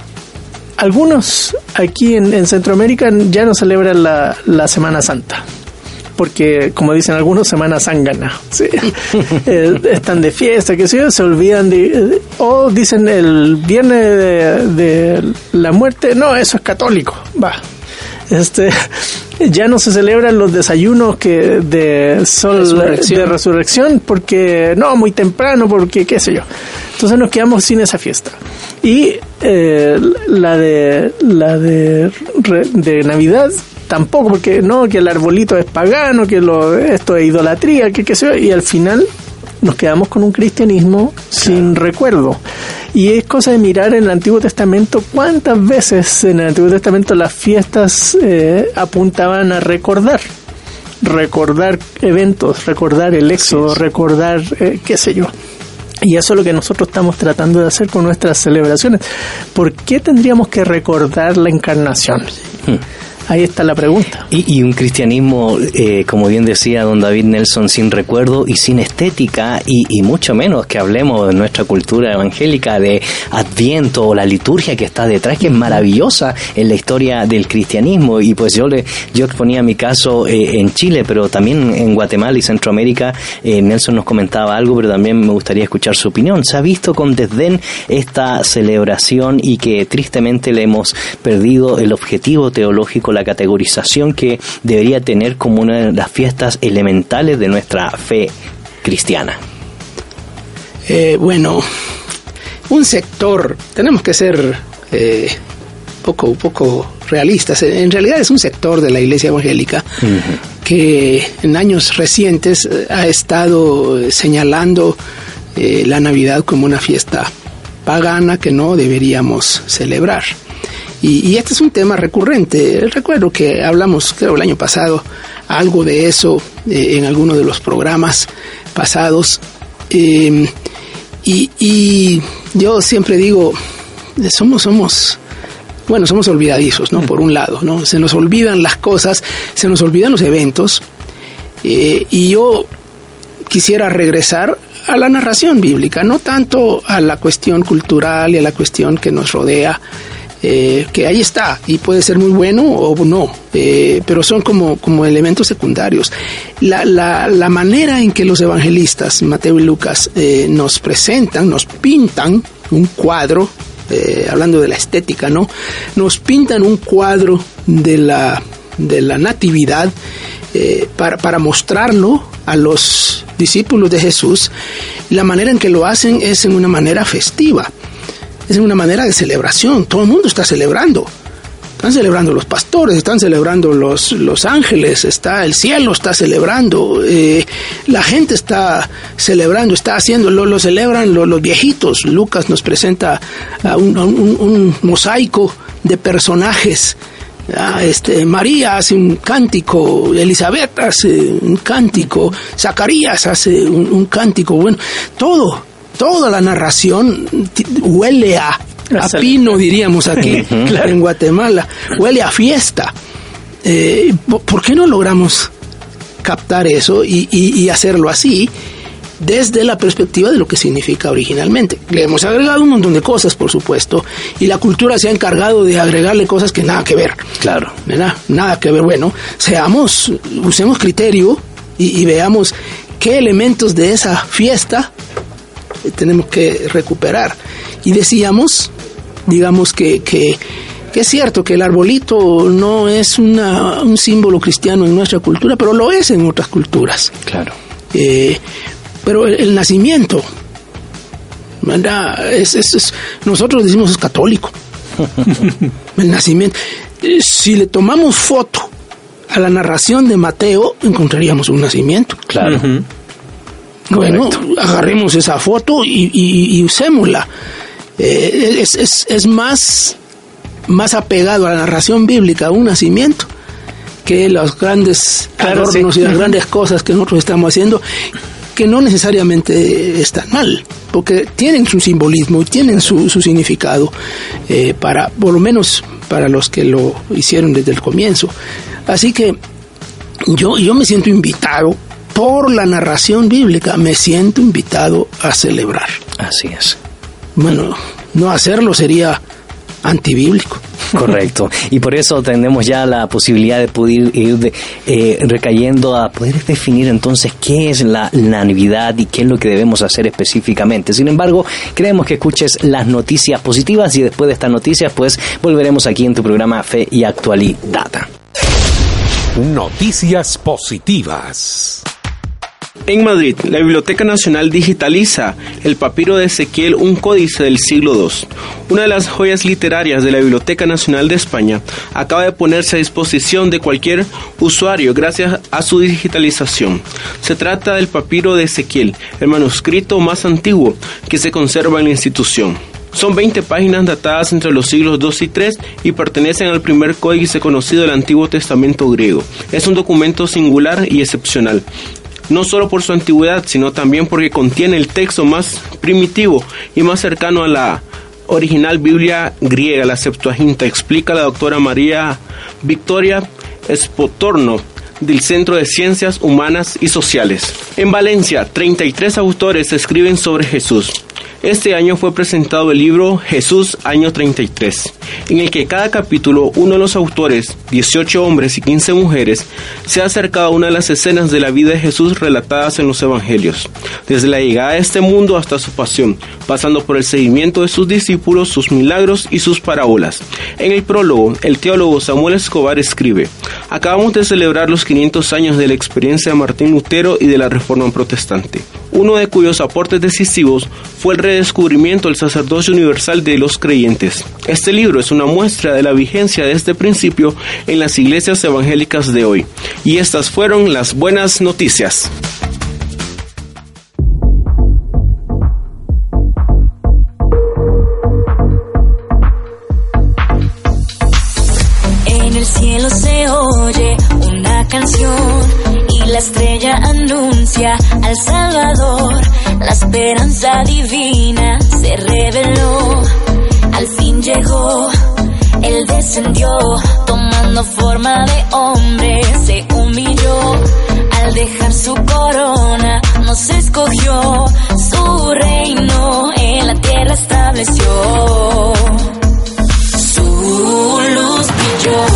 algunos aquí en, en Centroamérica ya no celebran la, la Semana Santa, porque como dicen algunos, Semana Zángana, ¿sí? eh, están de fiesta, que sé yo, se olvidan de, de o dicen el viernes de, de la muerte, no, eso es católico, va. Este, ya no se celebran los desayunos que de sol resurrección. de resurrección porque no, muy temprano, porque qué sé yo. Entonces nos quedamos sin esa fiesta. Y eh, la de la de, de Navidad tampoco, porque no, que el arbolito es pagano, que lo, esto es idolatría, que qué sé yo, y al final nos quedamos con un cristianismo sin recuerdo. Y es cosa de mirar en el Antiguo Testamento cuántas veces en el Antiguo Testamento las fiestas eh, apuntaban a recordar, recordar eventos, recordar el éxodo, sí, recordar eh, qué sé yo. Y eso es lo que nosotros estamos tratando de hacer con nuestras celebraciones. ¿Por qué tendríamos que recordar la encarnación? Hmm. Ahí está la pregunta. Y, y un cristianismo, eh, como bien decía don David Nelson, sin recuerdo y sin estética, y, y mucho menos que hablemos de nuestra cultura evangélica de Adviento o la liturgia que está detrás, que es maravillosa en la historia del cristianismo. Y pues yo le yo exponía mi caso eh, en Chile, pero también en Guatemala y Centroamérica. eh, Nelson nos comentaba algo, pero también me gustaría escuchar su opinión. Se ha visto con desdén esta celebración y que tristemente le hemos perdido el objetivo teológico, la categorización que debería tener como una de las fiestas elementales de nuestra fe cristiana. Eh, bueno, un sector, tenemos que ser eh, poco, poco realistas, en realidad es un sector de la Iglesia Evangélica uh-huh. que en años recientes ha estado señalando eh, la Navidad como una fiesta pagana que no deberíamos celebrar. Y, y este es un tema recurrente. Recuerdo que hablamos, creo, el año pasado, algo de eso eh, en alguno de los programas pasados. Eh, y, y yo siempre digo, somos, somos, bueno, somos olvidadizos, ¿no? Por un lado, ¿no? Se nos olvidan las cosas, se nos olvidan los eventos. Eh, y yo quisiera regresar a la narración bíblica, no tanto a la cuestión cultural y a la cuestión que nos rodea, Eh, que ahí está y puede ser muy bueno o no, eh, pero son como, como elementos secundarios. La, la, la manera en que los evangelistas, Mateo y Lucas, eh, nos presentan, nos pintan un cuadro, eh, hablando de la estética, ¿no? Nos pintan un cuadro de la, de la natividad eh, para, para mostrarlo a los discípulos de Jesús. La manera en que lo hacen es en una manera festiva. Es una manera de celebración. Todo el mundo está celebrando. Están celebrando los pastores, están celebrando los, los ángeles, está el cielo está celebrando, eh, la gente está celebrando, está haciendo, lo, lo celebran los, los viejitos. Lucas nos presenta uh, un, un, un mosaico de personajes. Ah, este, María hace un cántico, Elizabeth hace un cántico, Zacarías hace un, un cántico. Bueno, todo toda la narración t- huele a, a pino, diríamos aquí, claro, en Guatemala, huele a fiesta. Eh, ¿Por qué no logramos captar eso y, y, y hacerlo así desde la perspectiva de lo que significa originalmente? Le hemos agregado un montón de cosas, por supuesto, y la cultura se ha encargado de agregarle cosas que nada que ver. Claro. ¿Verdad? Nada que ver. Bueno, seamos, usemos criterio y, y veamos qué elementos de esa fiesta tenemos que recuperar. Y decíamos, digamos que, que, que es cierto que el arbolito no es una, un símbolo cristiano en nuestra cultura, pero lo es en otras culturas. Claro. Eh, pero el, el nacimiento, ¿verdad? Es, es, es, nosotros decimos es católico. El nacimiento. Eh, si le tomamos foto a la narración de Mateo, encontraríamos un nacimiento. Claro. Uh-huh. Bueno, correcto, agarremos esa foto y, y, y usémosla. Eh, es, es, es más, más apegado a la narración bíblica un nacimiento que los grandes claro, adornos sí, y las uh-huh, grandes cosas que nosotros estamos haciendo, que no necesariamente están mal, porque tienen su simbolismo y tienen su, su significado, eh, para, por lo menos para los que lo hicieron desde el comienzo. Así que yo, yo me siento invitado por la narración bíblica, me siento invitado a celebrar. Así es. Bueno, no hacerlo sería antibíblico. Correcto. Y por eso tenemos ya la posibilidad de poder ir de, eh, recayendo a poder definir entonces qué es la, la Navidad y qué es lo que debemos hacer específicamente. Sin embargo, queremos que escuches las noticias positivas y después de estas noticias pues volveremos aquí en tu programa Fe y Actualidad. Noticias positivas. En Madrid, la Biblioteca Nacional digitaliza el papiro de Ezequiel, un códice del siglo segundo. Una de las joyas literarias de la Biblioteca Nacional de España acaba de ponerse a disposición de cualquier usuario gracias a su digitalización. Se trata del papiro de Ezequiel, el manuscrito más antiguo que se conserva en la institución. Son veinte páginas datadas entre los siglos dos y tres y pertenecen al primer códice conocido del Antiguo Testamento griego. Es un documento singular y excepcional, no solo por su antigüedad, sino también porque contiene el texto más primitivo y más cercano a la original Biblia griega, la Septuaginta, explica la doctora María Victoria Spotorno, del Centro de Ciencias Humanas y Sociales. En Valencia, treinta y tres autores escriben sobre Jesús. Este año fue presentado el libro Jesús, año treinta y tres, en el que cada capítulo uno de los autores, dieciocho hombres y quince mujeres, se ha acercado a una de las escenas de la vida de Jesús relatadas en los evangelios, desde la llegada a este mundo hasta su pasión, pasando por el seguimiento de sus discípulos, sus milagros y sus parábolas. En el prólogo, el teólogo Samuel Escobar escribe: acabamos de celebrar los quinientos años de la experiencia de Martín Lutero y de la Reforma Protestante, uno de cuyos aportes decisivos fue el redescubrimiento del sacerdocio universal de los creyentes. Este libro es una muestra de la vigencia de este principio en las iglesias evangélicas de hoy. Y estas fueron las buenas noticias. En el cielo se oye una canción y la estrella anuncia al Salvador. La esperanza divina se reveló, al fin llegó, Él descendió, tomando forma de hombre, se humilló, al dejar su corona, nos escogió, su reino en la tierra estableció, su luz brilló.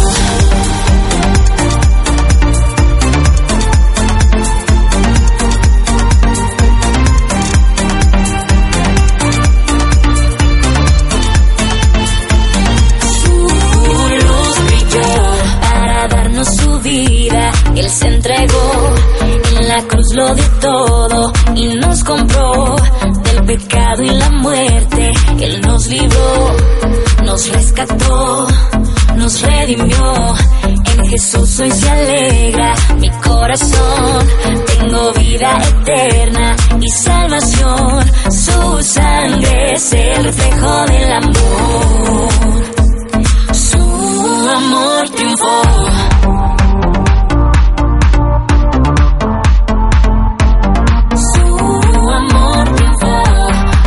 Él se entregó, en la cruz lo dio todo y nos compró, del pecado y la muerte Él nos libró, nos rescató, nos redimió. En Jesús hoy se alegra mi corazón, tengo vida eterna y salvación, su sangre es el reflejo del amor, su amor triunfó. Su amor triunfó.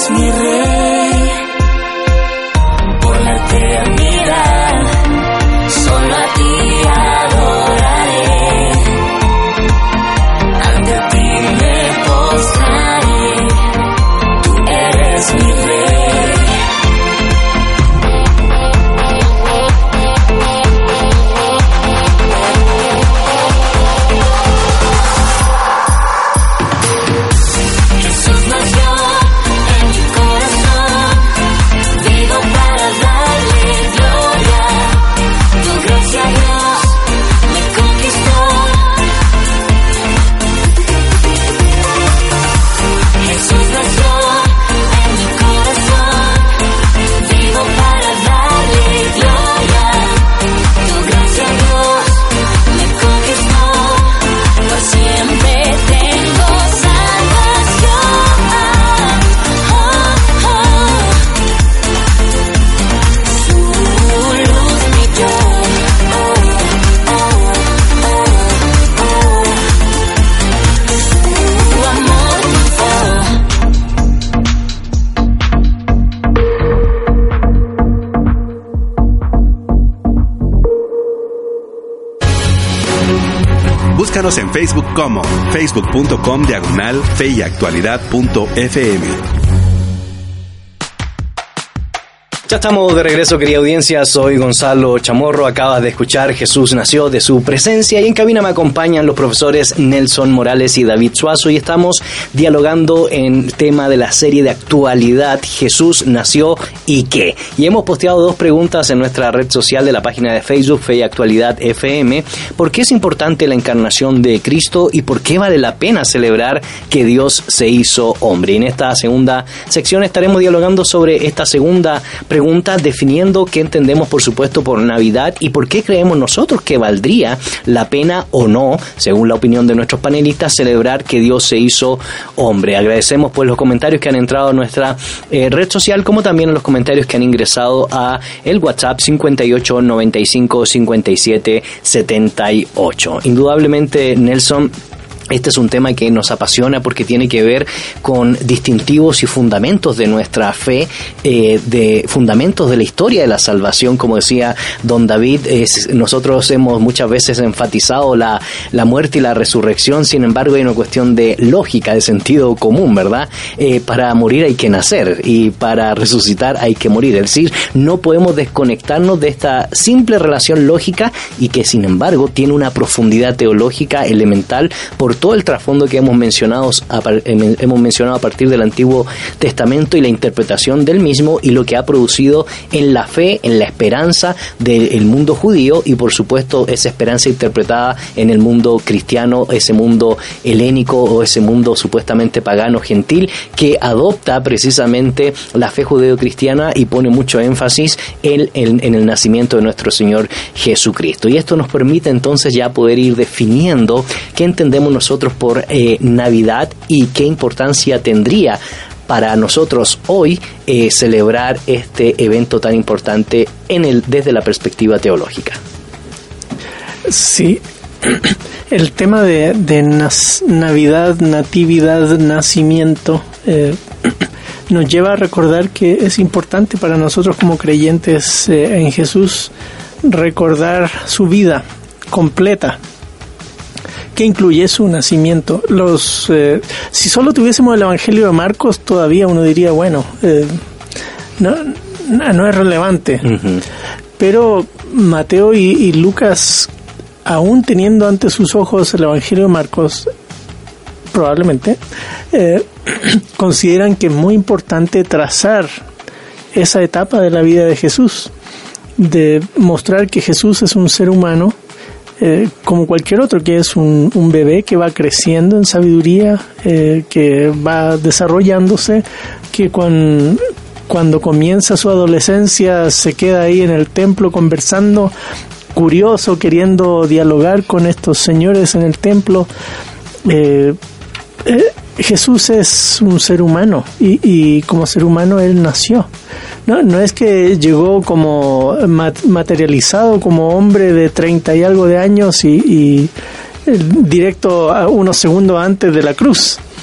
eres mi rey, por la eternidad, solo a ti adoraré, ante ti me postraré, tú eres mi rey. Búscanos en Facebook como facebook.com diagonal fe y actualidad punto fm. Ya estamos de regreso, querida audiencia. Soy Gonzalo Chamorro. Acabas de escuchar Jesús nació, de su presencia, y en cabina me acompañan los profesores Nelson Morales y David Suazo, y estamos dialogando en tema de la serie de actualidad Jesús nació y qué. Y hemos posteado dos preguntas en nuestra red social de la página de Facebook Fe y Actualidad F M. ¿Por qué es importante la encarnación de Cristo y por qué vale la pena celebrar que Dios se hizo hombre? Y en esta segunda sección estaremos dialogando sobre esta segunda pregunta, definiendo qué entendemos, por supuesto, por Navidad y por qué creemos nosotros que valdría la pena o no, según la opinión de nuestros panelistas, celebrar que Dios se hizo hombre. Agradecemos pues los comentarios que han entrado a nuestra eh, red social, como también los comentarios que han ingresado a el WhatsApp cincuenta y ocho noventa y cinco cincuenta y siete setenta y ocho. Indudablemente, Nelson, este es un tema que nos apasiona porque tiene que ver con distintivos y fundamentos de nuestra fe, eh, de fundamentos de la historia de la salvación. Como decía don David, es, nosotros hemos muchas veces enfatizado la, la muerte y la resurrección. Sin embargo, hay una cuestión de lógica, de sentido común, ¿verdad? Eh, para morir hay que nacer y para resucitar hay que morir. Es decir, no podemos desconectarnos de esta simple relación lógica y que, sin embargo, tiene una profundidad teológica elemental por todo el trasfondo que hemos mencionado, hemos mencionado a partir del Antiguo Testamento y la interpretación del mismo y lo que ha producido en la fe, en la esperanza del mundo judío y, por supuesto, esa esperanza interpretada en el mundo cristiano, ese mundo helénico o ese mundo supuestamente pagano gentil que adopta precisamente la fe judeo-cristiana y pone mucho énfasis en, en, en el nacimiento de nuestro Señor Jesucristo. Y esto nos permite entonces ya poder ir definiendo qué entendemos nosotros por eh, Navidad y qué importancia tendría para nosotros hoy eh, celebrar este evento tan importante en el, desde la perspectiva teológica. Sí, el tema de, de nas, Navidad, natividad, nacimiento, eh, nos lleva a recordar que es importante para nosotros como creyentes eh, en Jesús recordar su vida completa, que incluye su nacimiento. Los eh, si solo tuviésemos el Evangelio de Marcos, todavía uno diría, bueno, eh, no, no es relevante. Uh-huh. Pero Mateo y, y Lucas, aún teniendo ante sus ojos el Evangelio de Marcos, probablemente, eh, consideran que es muy importante trazar esa etapa de la vida de Jesús, de mostrar que Jesús es un ser humano, Eh, como cualquier otro, que es un, un bebé que va creciendo en sabiduría, eh, que va desarrollándose, que cuando, cuando comienza su adolescencia se queda ahí en el templo conversando, curioso, queriendo dialogar con estos señores en el templo. Eh, eh, Jesús es un ser humano y, y como ser humano Él nació. No, no es que llegó como materializado como hombre de treinta y algo de años y, y directo a unos segundos antes de la cruz.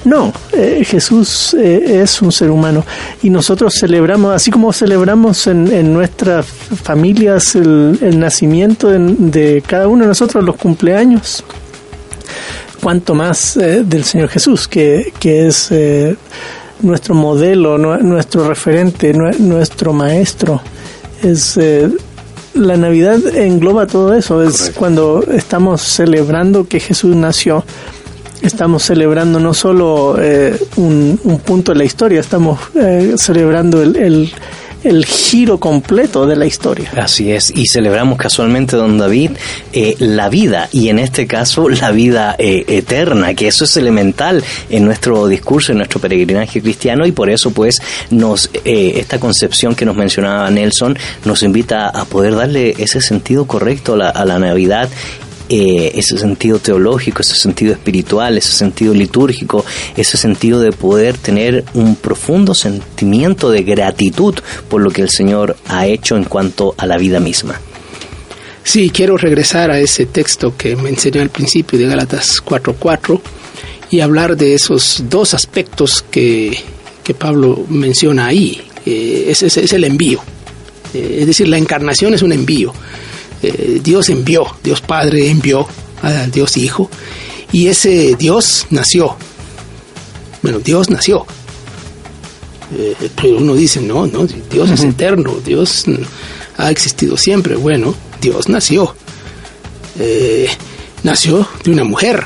No, eh, Jesús eh, es un ser humano y nosotros celebramos, así como celebramos en, en nuestras familias el, el nacimiento de, de cada uno de nosotros, los cumpleaños, cuanto más eh, del Señor Jesús, que, que es eh, nuestro modelo, no, nuestro referente, no, nuestro maestro. Es eh, la Navidad engloba todo eso. Es Correcto. Cuando estamos celebrando que Jesús nació. Estamos celebrando no solo eh, un, un punto de la historia, estamos eh, celebrando el, el, el giro completo de la historia. Así es, y celebramos casualmente, don David, eh, la vida, y en este caso la vida eh, eterna, que eso es elemental en nuestro discurso, en nuestro peregrinaje cristiano, y por eso pues nos eh, esta concepción que nos mencionaba Nelson nos invita a poder darle ese sentido correcto a la, a la Navidad. Eh, ese sentido teológico, ese sentido espiritual, ese sentido litúrgico, ese sentido de poder tener un profundo sentimiento de gratitud por lo que el Señor ha hecho en cuanto a la vida misma. Sí, quiero regresar a ese texto que me enseñó al principio de Gálatas cuatro cuatro y hablar de esos dos aspectos que, que Pablo menciona ahí. Eh, ese es, es el envío, eh, es decir, la encarnación es un envío. Eh, Dios envió, Dios Padre envió a Dios Hijo, y ese Dios nació. Bueno, Dios nació. Eh, pero uno dice, no, no, Dios uh-huh. es eterno, Dios ha existido siempre. Bueno, Dios nació. Eh, nació de una mujer.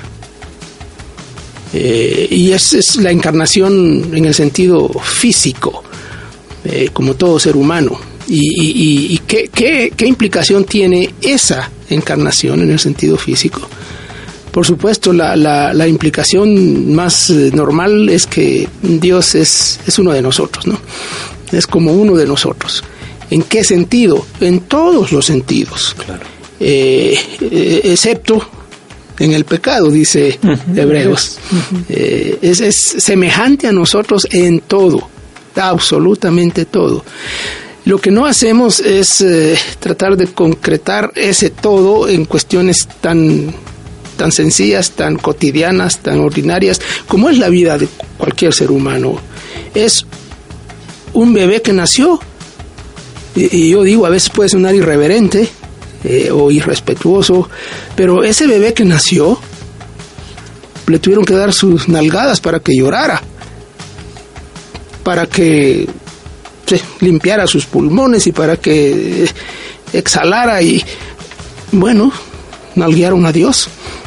Eh, y es, es la encarnación en el sentido físico, eh, como todo ser humano. ¿Y, y, y qué, qué, qué implicación tiene esa encarnación en el sentido físico? Por supuesto, la, la, la implicación más normal es que Dios es, es uno de nosotros, ¿no? Es como uno de nosotros. ¿En qué sentido? En todos los sentidos. Claro. Eh, eh, excepto en el pecado, dice uh-huh. Hebreos. Uh-huh. Eh, es, es semejante a nosotros en todo, absolutamente todo. Lo que no hacemos es eh, tratar de concretar ese todo en cuestiones tan, tan sencillas, tan cotidianas, tan ordinarias, como es la vida de cualquier ser humano. Es un bebé que nació, y, y yo digo, a veces puede sonar irreverente eh, o irrespetuoso, pero ese bebé que nació, le tuvieron que dar sus nalgadas para que llorara, para que limpiara sus pulmones y para que exhalara, y bueno, nalguearon a Dios.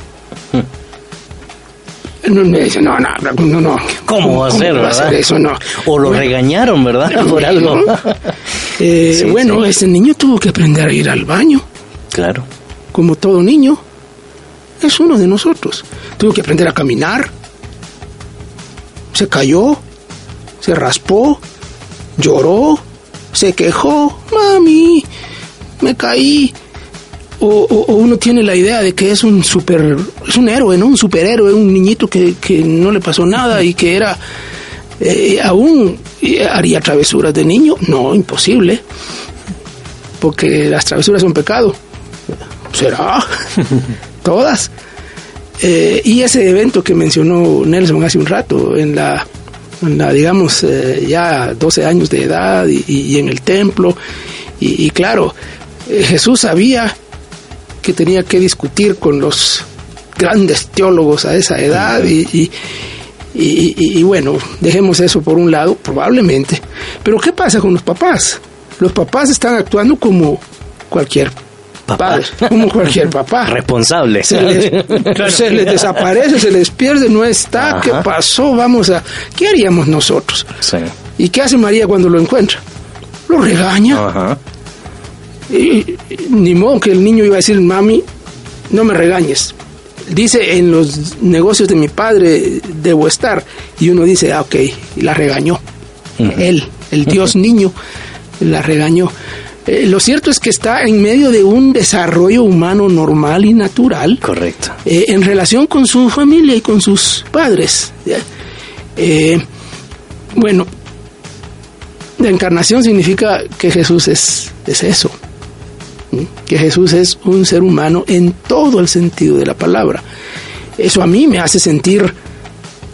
No, me dice, no, no, no, no. ¿Cómo va a ser, verdad? Hacer eso? No. O lo bueno, regañaron, ¿verdad? No, por algo. No. Eh, sí, bueno, sí. Ese niño tuvo que aprender a ir al baño. Claro. Como todo niño, es uno de nosotros. Tuvo que aprender a caminar. Se cayó, se raspó, lloró, se quejó, mami, me caí. O, o, o uno tiene la idea de que es un super, es un héroe, ¿no? Un superhéroe, un niñito que, que no le pasó nada y que era eh, aún haría travesuras de niño. No, imposible, porque las travesuras son pecado. ¿Será? Todas. Eh, y ese evento que mencionó Nelson hace un rato en la La, digamos, eh, ya doce años de edad y, y en el templo, y, y claro, eh, Jesús sabía que tenía que discutir con los grandes teólogos a esa edad, y, y, y, y, y bueno, dejemos eso por un lado, probablemente. Pero ¿qué pasa con los papás? Los papás están actuando como cualquier papá, padre, como cualquier papá. Responsable. Se les, claro. se les desaparece, se les pierde, no está. Ajá. ¿Qué pasó? Vamos a... ¿Qué haríamos nosotros? Sí. ¿Y qué hace María cuando lo encuentra? Lo regaña. Ajá. Y, y, ni modo que el niño iba a decir, mami, no me regañes. Dice, en los negocios de mi padre debo estar. Y uno dice, ah, ok, y la regañó. Uh-huh. Él, el Dios niño, la regañó. Eh, lo cierto es que está en medio de un desarrollo humano normal y natural. Correcto. Eh, en relación con su familia y con sus padres. Eh, bueno, la encarnación significa que Jesús es, es eso. ¿sí? Que Jesús es un ser humano en todo el sentido de la palabra. Eso a mí me hace sentir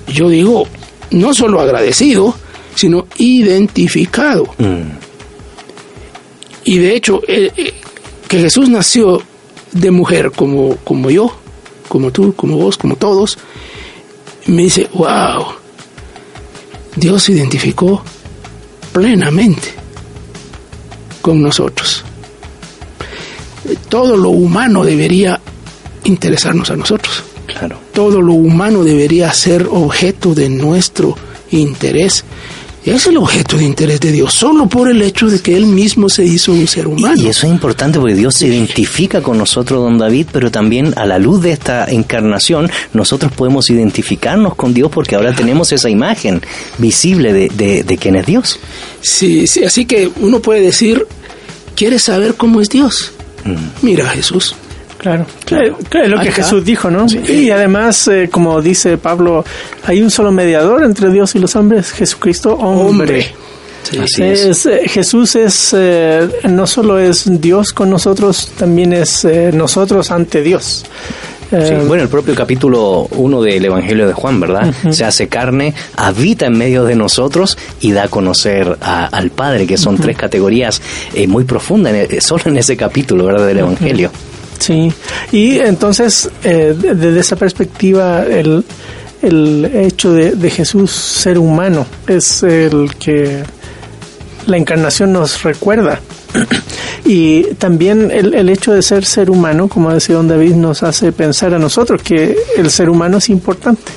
yo digo, no solo agradecido, sino identificado. Mm. Y de hecho, eh, eh, que Jesús nació de mujer como, como yo, como tú, como vos, como todos, me dice, wow, Dios se identificó plenamente con nosotros. Todo lo humano debería interesarnos a nosotros. Claro. Todo lo humano debería ser objeto de nuestro interés. Es el objeto de interés de Dios, solo por el hecho de que Él mismo se hizo un ser humano. Y eso es importante porque Dios se identifica con nosotros, don David, pero también a la luz de esta encarnación, nosotros podemos identificarnos con Dios porque ahora tenemos esa imagen visible de, de, de quién es Dios. Sí, sí, así que uno puede decir, ¿quieres saber cómo es Dios? Mm. Mira a Jesús. Claro, claro, claro, lo que Acá. Jesús dijo, ¿no? Sí. Y además, eh, como dice Pablo, hay un solo mediador entre Dios y los hombres, Jesucristo, hombre. hombre. Sí, así es. Es, eh, Jesús es, eh, no solo es Dios con nosotros, también es eh, nosotros ante Dios. Eh, sí, bueno, el propio capítulo uno del Evangelio de Juan, ¿verdad? Uh-huh. Se hace carne, habita en medio de nosotros y da a conocer a, al Padre, que son uh-huh. tres categorías eh, muy profundas, en, solo en ese capítulo, ¿verdad? Del Evangelio. Uh-huh. Sí, y entonces eh, desde esa perspectiva el, el hecho de, de Jesús ser humano es el que la encarnación nos recuerda. Y también el, el hecho de ser ser humano, como decía don David, nos hace pensar a nosotros que el ser humano es importante.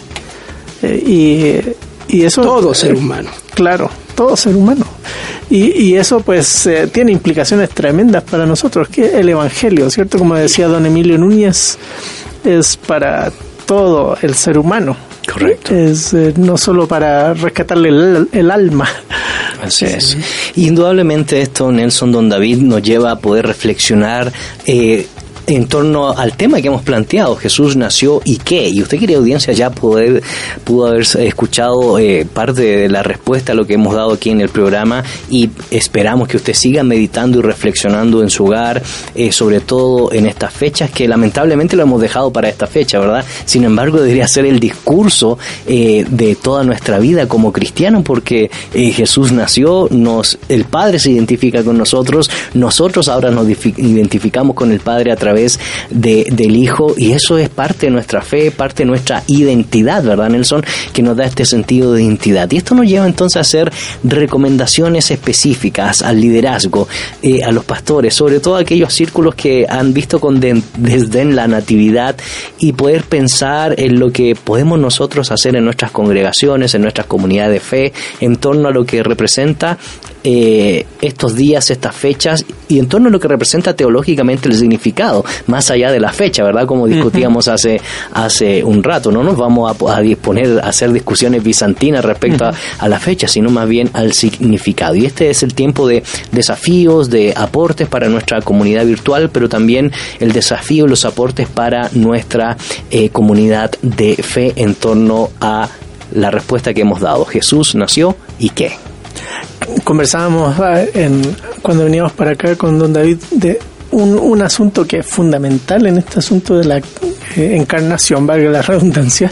Eh, y, y eso... Todo ser humano. Claro, todo ser humano. Y, y eso pues eh, tiene implicaciones tremendas para nosotros, que el Evangelio, ¿cierto? Como decía don Emilio Núñez, es para todo el ser humano. Correcto. Es eh, no solo para rescatarle el, el alma. Así es. Indudablemente esto, Nelson, don David, nos lleva a poder reflexionar eh, en torno al tema que hemos planteado, Jesús nació y qué. Y usted, querida audiencia, ya poder, pudo haber escuchado eh, parte de la respuesta a lo que hemos dado aquí en el programa, y esperamos que usted siga meditando y reflexionando en su hogar, eh, sobre todo en estas fechas que lamentablemente lo hemos dejado para esta fecha, ¿verdad? Sin embargo, debería ser el discurso eh, de toda nuestra vida como cristianos, porque eh, Jesús nació, nos, el Padre se identifica con nosotros, nosotros ahora nos identificamos con el Padre a través De, del Hijo, y eso es parte de nuestra fe, parte de nuestra identidad, ¿verdad, Nelson? Que nos da este sentido de identidad. Y esto nos lleva entonces a hacer recomendaciones específicas al liderazgo, eh, a los pastores, sobre todo a aquellos círculos que han visto con de, desdén la natividad, y poder pensar en lo que podemos nosotros hacer en nuestras congregaciones, en nuestras comunidades de fe, en torno a lo que representa eh, estos días, estas fechas, y en torno a lo que representa teológicamente el significado, más allá de la fecha, ¿verdad? Como discutíamos uh-huh. hace hace un rato, no nos vamos a, a disponer a hacer discusiones bizantinas respecto uh-huh. a, a la fecha, sino más bien al significado. Y este es el tiempo de desafíos, de aportes para nuestra comunidad virtual, pero también el desafío y los aportes para nuestra eh, comunidad de fe en torno a la respuesta que hemos dado. Jesús nació y qué. Conversábamos en, cuando veníamos para acá con don David de un, un asunto que es fundamental en este asunto de la eh, encarnación, valga la redundancia,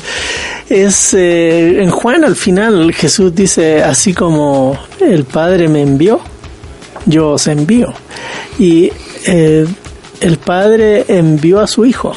es eh, en Juan al final Jesús dice, así como el Padre me envió, yo os envío. Y eh, el Padre envió a su Hijo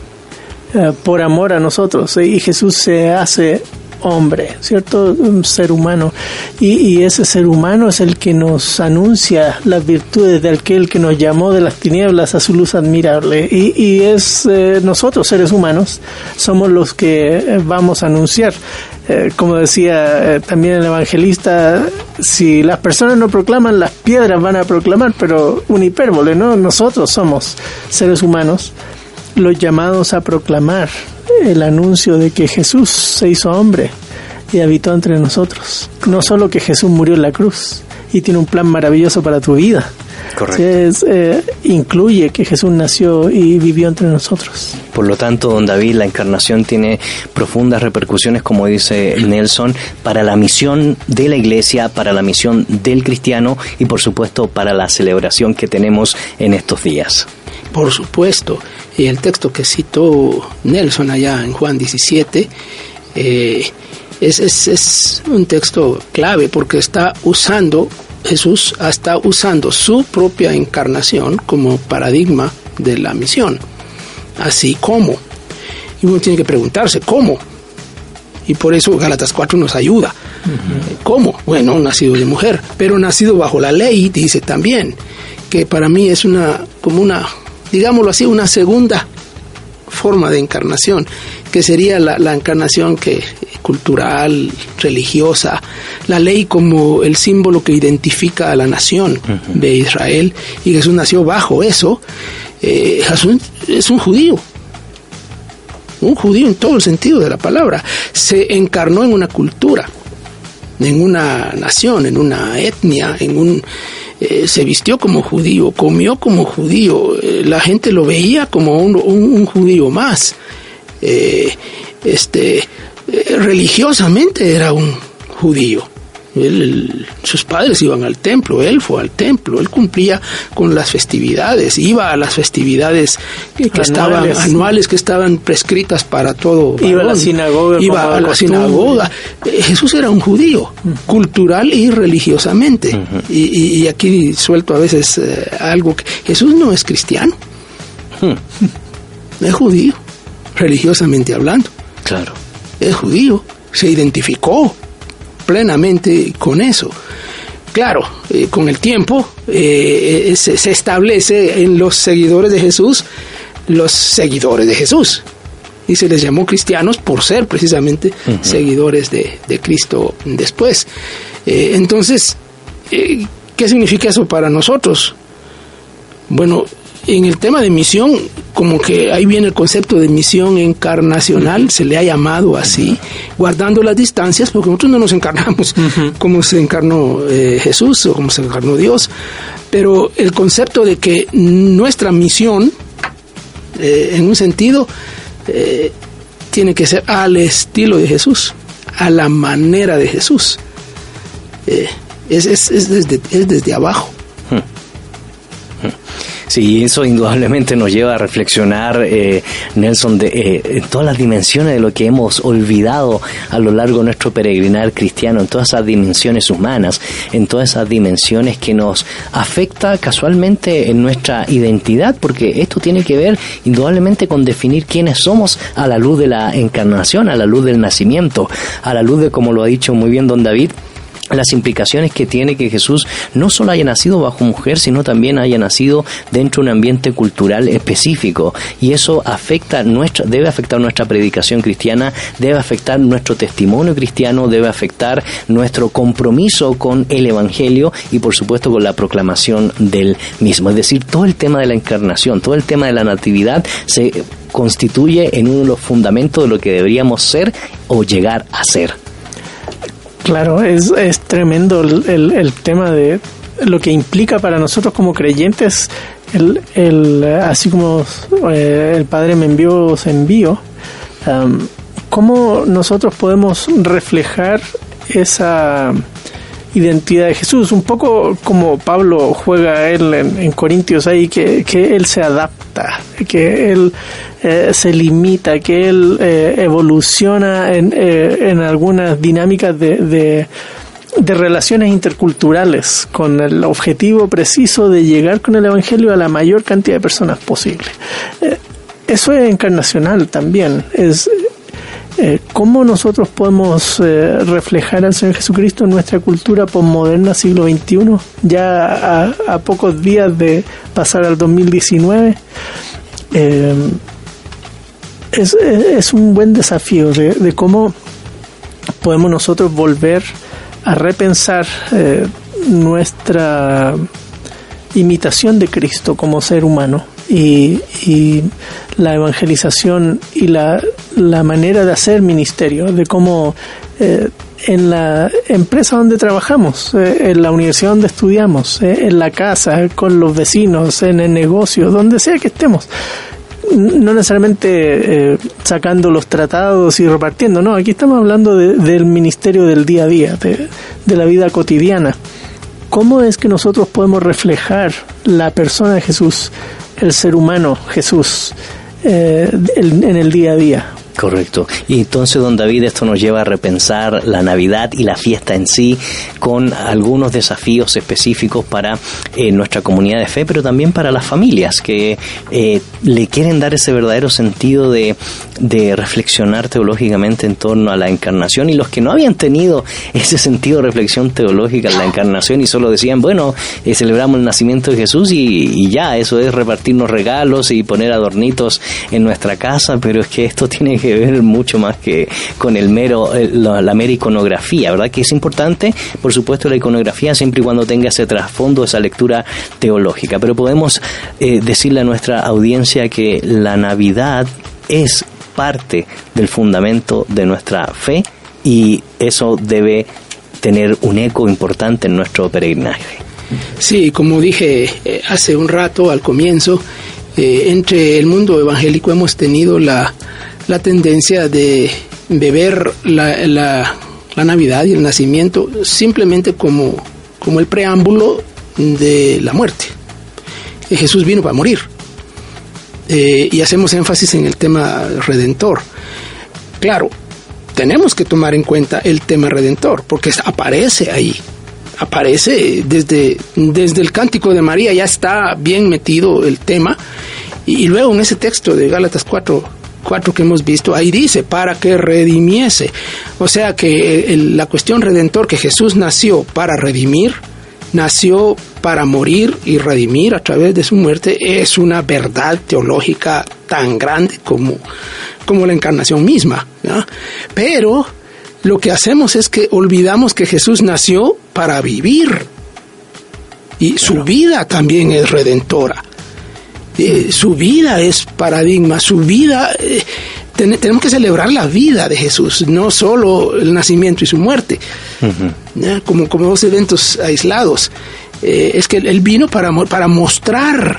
eh, por amor a nosotros, eh, y Jesús se hace hombre, ¿cierto? Un ser humano, y, y ese ser humano es el que nos anuncia las virtudes de aquel que nos llamó de las tinieblas a su luz admirable, y, y es eh, nosotros, seres humanos, somos los que vamos a anunciar. Eh, como decía eh, también el evangelista, si las personas no proclaman, las piedras van a proclamar, pero un hipérbole, ¿no? Nosotros somos seres humanos los llamados a proclamar el anuncio de que Jesús se hizo hombre y habitó entre nosotros. No solo que Jesús murió en la cruz y tiene un plan maravilloso para tu vida. Correcto. Es, eh, incluye que Jesús nació y vivió entre nosotros. Por lo tanto, don David, la encarnación tiene profundas repercusiones, como dice Nelson, para la misión de la iglesia, para la misión del cristiano y, por supuesto, para la celebración que tenemos en estos días. Por supuesto. Y el texto que citó Nelson allá en Juan diecisiete, eh, es, es, es un texto clave porque está usando, Jesús está usando su propia encarnación como paradigma de la misión. Así como. Y uno tiene que preguntarse, ¿cómo? Y por eso Gálatas cuatro nos ayuda. Uh-huh. ¿Cómo? Bueno, nacido de mujer, pero nacido bajo la ley, dice también, que para mí es una, como una, digámoslo así, una segunda forma de encarnación, que sería la, la encarnación que cultural, religiosa, la ley como el símbolo que identifica a la nación uh-huh. de Israel, y Jesús nació bajo eso. eh, Jesús es un judío, un judío en todo el sentido de la palabra, se encarnó en una cultura, en una nación, en una etnia, en un eh, se vistió como judío, comió como judío, eh, la gente lo veía como un, un, un judío más, eh, este eh, religiosamente era un judío. Él, él, sus padres iban al templo, él fue al templo, él cumplía con las festividades, iba a las festividades que, que estaban anuales, que estaban prescritas para todo varón. Iba a la sinagoga. Iba a la sinagoga. Jesús era un judío, uh-huh. cultural y religiosamente. Uh-huh. Y, y aquí suelto a veces eh, algo que Jesús no es cristiano, uh-huh. es judío, religiosamente hablando. Claro. Es judío, se identificó plenamente con eso. Claro, eh, con el tiempo eh, se, se establece en los seguidores de Jesús los seguidores de Jesús, y se les llamó cristianos por ser precisamente uh-huh. seguidores de, de Cristo después. Eh, entonces, eh, ¿qué significa eso para nosotros? Bueno, en el tema de misión, como que ahí viene el concepto de misión encarnacional, uh-huh. se le ha llamado así, uh-huh. guardando las distancias, porque nosotros no nos encarnamos uh-huh. como se encarnó eh, Jesús o como se encarnó Dios, pero el concepto de que nuestra misión, eh, en un sentido, eh, tiene que ser al estilo de Jesús, a la manera de Jesús, eh, es, es, es, desde, es desde abajo. Sí, eso indudablemente nos lleva a reflexionar, eh, Nelson, de eh, en todas las dimensiones de lo que hemos olvidado a lo largo de nuestro peregrinar cristiano, en todas esas dimensiones humanas, en todas esas dimensiones que nos afecta casualmente en nuestra identidad, porque esto tiene que ver indudablemente con definir quiénes somos a la luz de la encarnación, a la luz del nacimiento, a la luz de, como lo ha dicho muy bien don David, las implicaciones que tiene que Jesús no solo haya nacido bajo mujer, sino también haya nacido dentro de un ambiente cultural específico, y eso afecta nuestra, debe afectar nuestra predicación cristiana, debe afectar nuestro testimonio cristiano, debe afectar nuestro compromiso con el Evangelio y por supuesto con la proclamación del mismo. Es decir, todo el tema de la encarnación, todo el tema de la natividad se constituye en uno de los fundamentos de lo que deberíamos ser o llegar a ser. Claro, es, es tremendo el, el, el tema de lo que implica para nosotros como creyentes, el, el, así como eh, el Padre me envió, os envío, um, cómo nosotros podemos reflejar esa identidad de Jesús, un poco como Pablo juega él en, en Corintios ahí, que, que él se adapta, que él eh, se limita, que él eh, evoluciona en, eh, en algunas dinámicas de, de, de relaciones interculturales con el objetivo preciso de llegar con el Evangelio a la mayor cantidad de personas posible. Eh, eso es encarnacional también, es Eh, ¿cómo nosotros podemos eh, reflejar al Señor Jesucristo en nuestra cultura posmoderna siglo veintiuno, ya a, a pocos días de pasar al dos mil diecinueve? Eh, es, es un buen desafío de, de cómo podemos nosotros volver a repensar eh, nuestra imitación de Cristo como ser humano. Y, y la evangelización y la, la manera de hacer ministerio, de cómo eh, en la empresa donde trabajamos, eh, en la universidad donde estudiamos, eh, en la casa, con los vecinos, en el negocio, donde sea que estemos, no necesariamente eh, sacando los tratados y repartiendo, no, aquí estamos hablando de, del ministerio del día a día, de, de la vida cotidiana. ¿Cómo es que nosotros podemos reflejar la persona de Jesús, el ser humano Jesús, eh, en, en el día a día? Correcto. Y entonces, don David, esto nos lleva a repensar la Navidad y la fiesta en sí, con algunos desafíos específicos para eh, nuestra comunidad de fe, pero también para las familias que eh, le quieren dar ese verdadero sentido de, de reflexionar teológicamente en torno a la encarnación, y los que no habían tenido ese sentido de reflexión teológica en la encarnación y solo decían, bueno, eh, celebramos el nacimiento de Jesús y, y ya, eso es repartirnos regalos y poner adornitos en nuestra casa, pero es que esto tiene que ver mucho más que con el mero la, la mera iconografía, ¿verdad? Que es importante, por supuesto, la iconografía siempre y cuando tenga ese trasfondo, esa lectura teológica, pero podemos eh, decirle a nuestra audiencia que la Navidad es parte del fundamento de nuestra fe y eso debe tener un eco importante en nuestro peregrinaje. Sí, como dije eh, hace un rato al comienzo, eh, entre el mundo evangélico hemos tenido la la tendencia de beber la, la, la Navidad y el nacimiento simplemente como, como el preámbulo de la muerte. Jesús vino para morir. Eh, y hacemos énfasis en el tema redentor. Claro, tenemos que tomar en cuenta el tema redentor, porque aparece ahí. Aparece desde, desde el Cántico de María, ya está bien metido el tema. Y, y luego en ese texto de Gálatas cuatro, cuatro que hemos visto, ahí dice, para que redimiese. O sea que el, la cuestión redentor, que Jesús nació para redimir, nació para morir y redimir a través de su muerte, es una verdad teológica tan grande como, como la encarnación misma, ¿ya? Pero lo que hacemos es que olvidamos que Jesús nació para vivir y su vida también es redentora. Eh, su vida es paradigma, su vida, eh, ten, tenemos que celebrar la vida de Jesús, no solo el nacimiento y su muerte, uh-huh. ¿ya? Como, como dos eventos aislados. Eh, es que él vino para, para mostrar,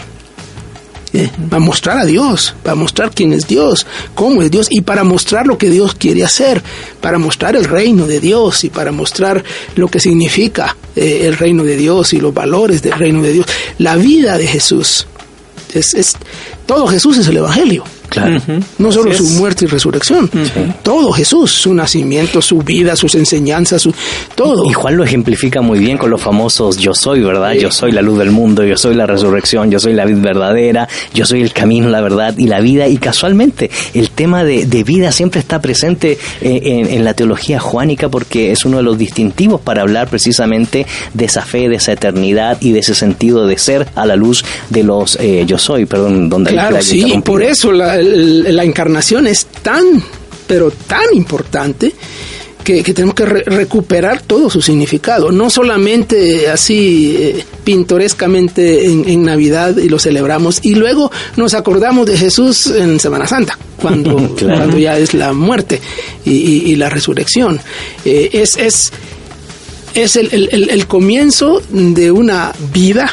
eh, para mostrar a Dios, para mostrar quién es Dios, cómo es Dios, y para mostrar lo que Dios quiere hacer, para mostrar el reino de Dios y para mostrar lo que significa eh, el reino de Dios y los valores del reino de Dios. La vida de Jesús. Es, es, todo Jesús es el Evangelio. Claro. Uh-huh. No solo sí su es. muerte y resurrección. Uh-huh. Todo Jesús, su nacimiento, su vida, sus enseñanzas, su, todo. Y Juan lo ejemplifica muy bien con los famosos yo soy, ¿verdad? Sí. Yo soy la luz del mundo, yo soy la resurrección, yo soy la vid verdadera, yo soy el camino, la verdad y la vida. Y casualmente el tema de, de vida siempre está presente eh, en, en la teología juánica, porque es uno de los distintivos para hablar precisamente de esa fe, de esa eternidad y de ese sentido de ser a la luz de los eh, yo soy, perdón, donde claro, hay sí, por eso la la encarnación es tan, pero tan importante que, que tenemos que re- recuperar todo su significado, no solamente así eh, pintorescamente en, en Navidad y lo celebramos y luego nos acordamos de Jesús en Semana Santa, cuando, claro. cuando ya es la muerte y, y, y la resurrección. Eh, es es, es el, el, el comienzo de una vida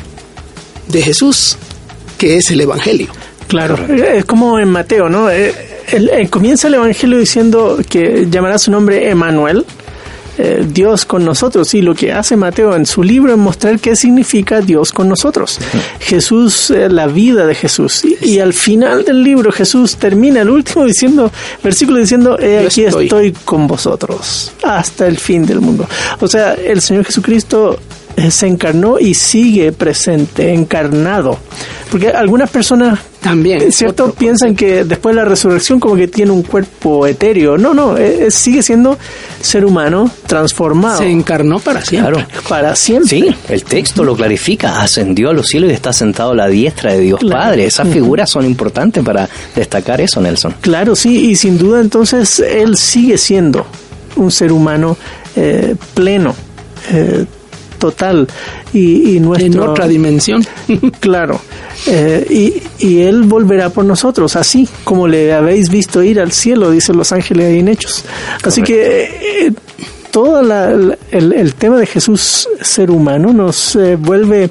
de Jesús que es el Evangelio. Claro, es como en Mateo, ¿no? El, el, comienza el Evangelio diciendo que llamará su nombre Emmanuel, eh, Dios con nosotros, y lo que hace Mateo en su libro es mostrar qué significa Dios con nosotros. Uh-huh. Jesús, eh, la vida de Jesús, y, y al final del libro Jesús termina el último diciendo, versículo diciendo, eh, aquí estoy. estoy con vosotros hasta el fin del mundo. O sea, el Señor Jesucristo se encarnó y sigue presente, encarnado. Porque algunas personas también, ¿cierto? Piensan que después de la resurrección como que tiene un cuerpo etéreo. No, no, es, sigue siendo ser humano transformado. Se encarnó para siempre. Claro. Para siempre. Sí, el texto lo clarifica. Ascendió a los cielos y está sentado a la diestra de Dios claro. Padre. Esas figuras son importantes para destacar eso, Nelson. Claro, sí, y sin duda entonces él sigue siendo un ser humano eh, pleno, eh, total y, y nuestro, en otra dimensión. Claro, eh, y, y él volverá por nosotros, así como le habéis visto ir al cielo, dicen los ángeles ahí en Hechos. Así Correcto. que eh, todo la, la, el, el tema de Jesús ser humano nos eh, vuelve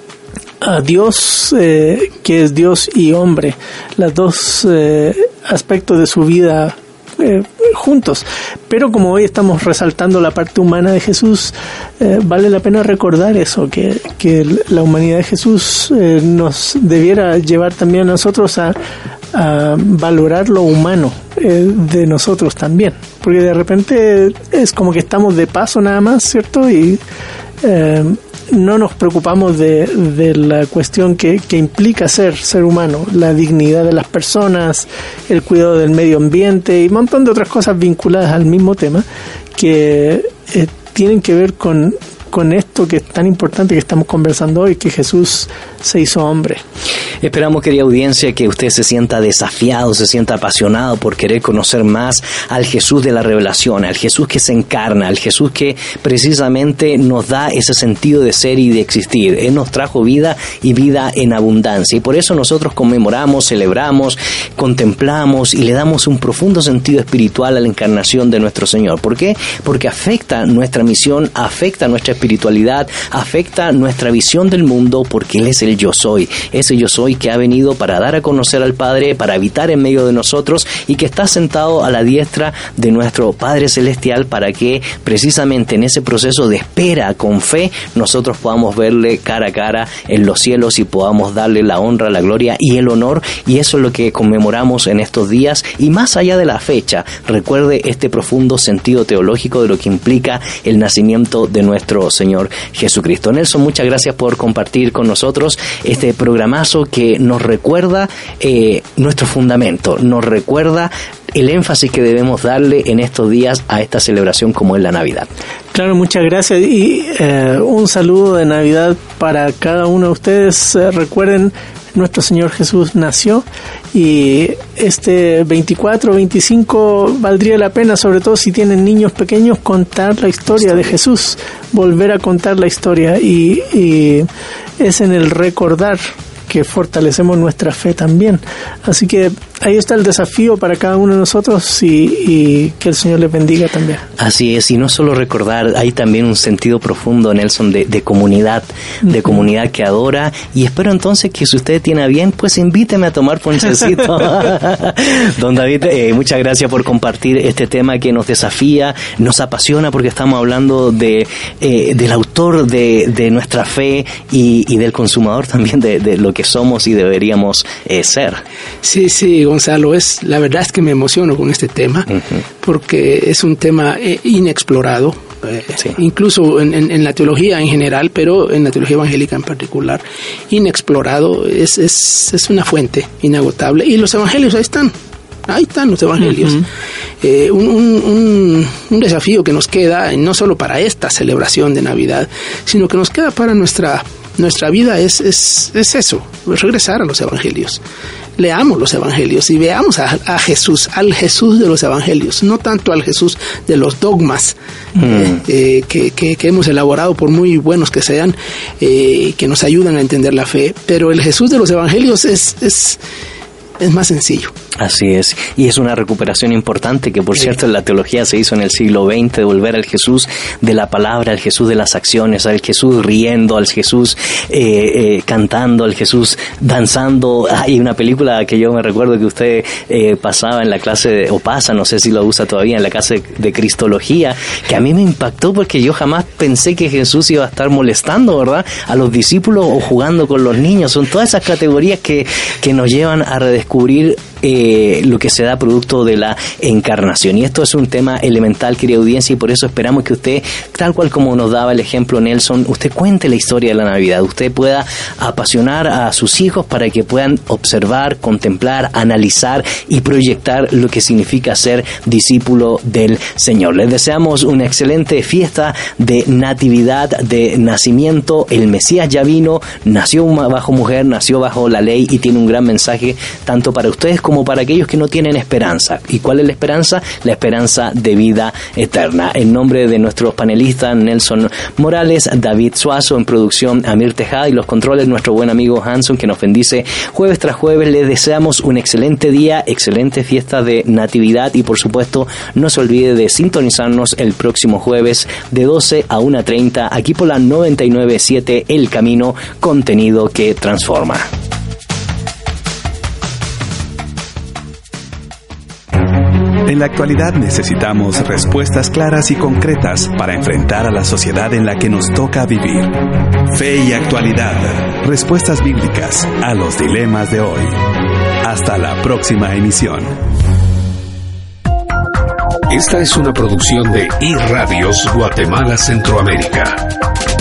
a Dios, eh, que es Dios y hombre, los dos eh, aspectos de su vida Eh, juntos. Pero como hoy estamos resaltando la parte humana de Jesús, eh, vale la pena recordar eso, que, que la humanidad de Jesús eh, nos debiera llevar también a nosotros a, a valorar lo humano eh, de nosotros también, porque de repente es como que estamos de paso nada más, ¿cierto? Y eh, no nos preocupamos de, de la cuestión que, que implica ser ser humano, la dignidad de las personas, el cuidado del medio ambiente y un montón de otras cosas vinculadas al mismo tema que eh, tienen que ver con, con esto que es tan importante que estamos conversando hoy, que Jesús se hizo hombre. Esperamos, querida audiencia, que usted se sienta desafiado, se sienta apasionado por querer conocer más al Jesús de la revelación, al Jesús que se encarna, al Jesús que precisamente nos da ese sentido de ser y de existir. Él nos trajo vida y vida en abundancia. Y por eso nosotros conmemoramos, celebramos, contemplamos y le damos un profundo sentido espiritual a la encarnación de nuestro Señor. ¿Por qué? Porque afecta nuestra misión, afecta nuestra espiritualidad, afecta nuestra visión del mundo, porque Él es el yo soy, ese yo soy que ha venido para dar a conocer al Padre, para habitar en medio de nosotros y que está sentado a la diestra de nuestro Padre Celestial para que precisamente en ese proceso de espera con fe nosotros podamos verle cara a cara en los cielos y podamos darle la honra, la gloria y el honor, y eso es lo que conmemoramos en estos días. Y más allá de la fecha, recuerde este profundo sentido teológico de lo que implica el nacimiento de nuestro Señor Jesucristo. Nelson, muchas gracias por compartir con nosotros este programazo que nos recuerda eh, nuestro fundamento, nos recuerda el énfasis que debemos darle en estos días a esta celebración como es la Navidad. Claro, muchas gracias y eh, un saludo de Navidad para cada uno de ustedes. Eh, recuerden, nuestro Señor Jesús nació y este veinticuatro, veinticinco valdría la pena, sobre todo si tienen niños pequeños, contar la historia de Jesús, volver a contar la historia y, y es en el recordar que fortalecemos nuestra fe también. Así que ahí está el desafío para cada uno de nosotros y, y que el Señor les bendiga también. Así es, y no solo recordar, hay también un sentido profundo, Nelson, de, de comunidad, de comunidad que adora, y espero entonces que si usted tiene a bien, pues invíteme a tomar ponchecito. Don David, eh, muchas gracias por compartir este tema que nos desafía, nos apasiona porque estamos hablando de eh, del autor de, de nuestra fe y, y del consumador también de, de lo que somos y deberíamos eh, ser. Sí, sí, Gonzalo, es la verdad es que me emociono con este tema, uh-huh. porque es un tema eh, inexplorado, eh, sí. incluso en, en, en la teología en general, pero en la teología evangélica en particular, inexplorado, es, es, es una fuente inagotable, y los evangelios ahí están. Ahí están los evangelios. Uh-huh. Eh, un, un, un, un desafío que nos queda, no solo para esta celebración de Navidad, sino que nos queda para nuestra, nuestra vida, es, es, es eso, regresar a los evangelios. Leamos los evangelios y veamos a, a Jesús, al Jesús de los evangelios, no tanto al Jesús de los dogmas mm. eh, eh, que, que, que hemos elaborado, por muy buenos que sean, eh, que nos ayudan a entender la fe, pero el Jesús de los evangelios es, es, es más sencillo. Así es, y es una recuperación importante que, por cierto, en la teología se hizo en el siglo veinte, de volver al Jesús de la palabra, al Jesús de las acciones, al Jesús riendo, al Jesús eh, eh, cantando, al Jesús danzando. Hay una película que yo me recuerdo que usted eh, pasaba en la clase, de, o pasa, no sé si lo usa todavía, en la clase de Cristología, que a mí me impactó porque yo jamás pensé que Jesús iba a estar molestando, ¿verdad?, a los discípulos o jugando con los niños. Son todas esas categorías que, que nos llevan a redescubrir Eh, lo que se da producto de la encarnación, y esto es un tema elemental, querida audiencia, y por eso esperamos que usted, tal cual como nos daba el ejemplo Nelson, usted cuente la historia de la Navidad, usted pueda apasionar a sus hijos para que puedan observar, contemplar, analizar y proyectar lo que significa ser discípulo del Señor. Les deseamos una excelente fiesta de natividad, de nacimiento. El Mesías ya vino, nació bajo mujer, nació bajo la ley y tiene un gran mensaje tanto para ustedes como como para aquellos que no tienen esperanza. ¿Y cuál es la esperanza? La esperanza de vida eterna. En nombre de nuestros panelistas, Nelson Morales, David Suazo, en producción Amir Tejada, y los controles, nuestro buen amigo Hanson, que nos bendice jueves tras jueves, les deseamos un excelente día, excelente fiesta de Natividad, y por supuesto no se olvide de sintonizarnos el próximo jueves de doce a una treinta aquí por la noventa y nueve punto siete El Camino, contenido que transforma. En la actualidad necesitamos respuestas claras y concretas para enfrentar a la sociedad en la que nos toca vivir. Fe y actualidad. Respuestas bíblicas a los dilemas de hoy. Hasta la próxima emisión. Esta es una producción de iRadios Guatemala Centroamérica.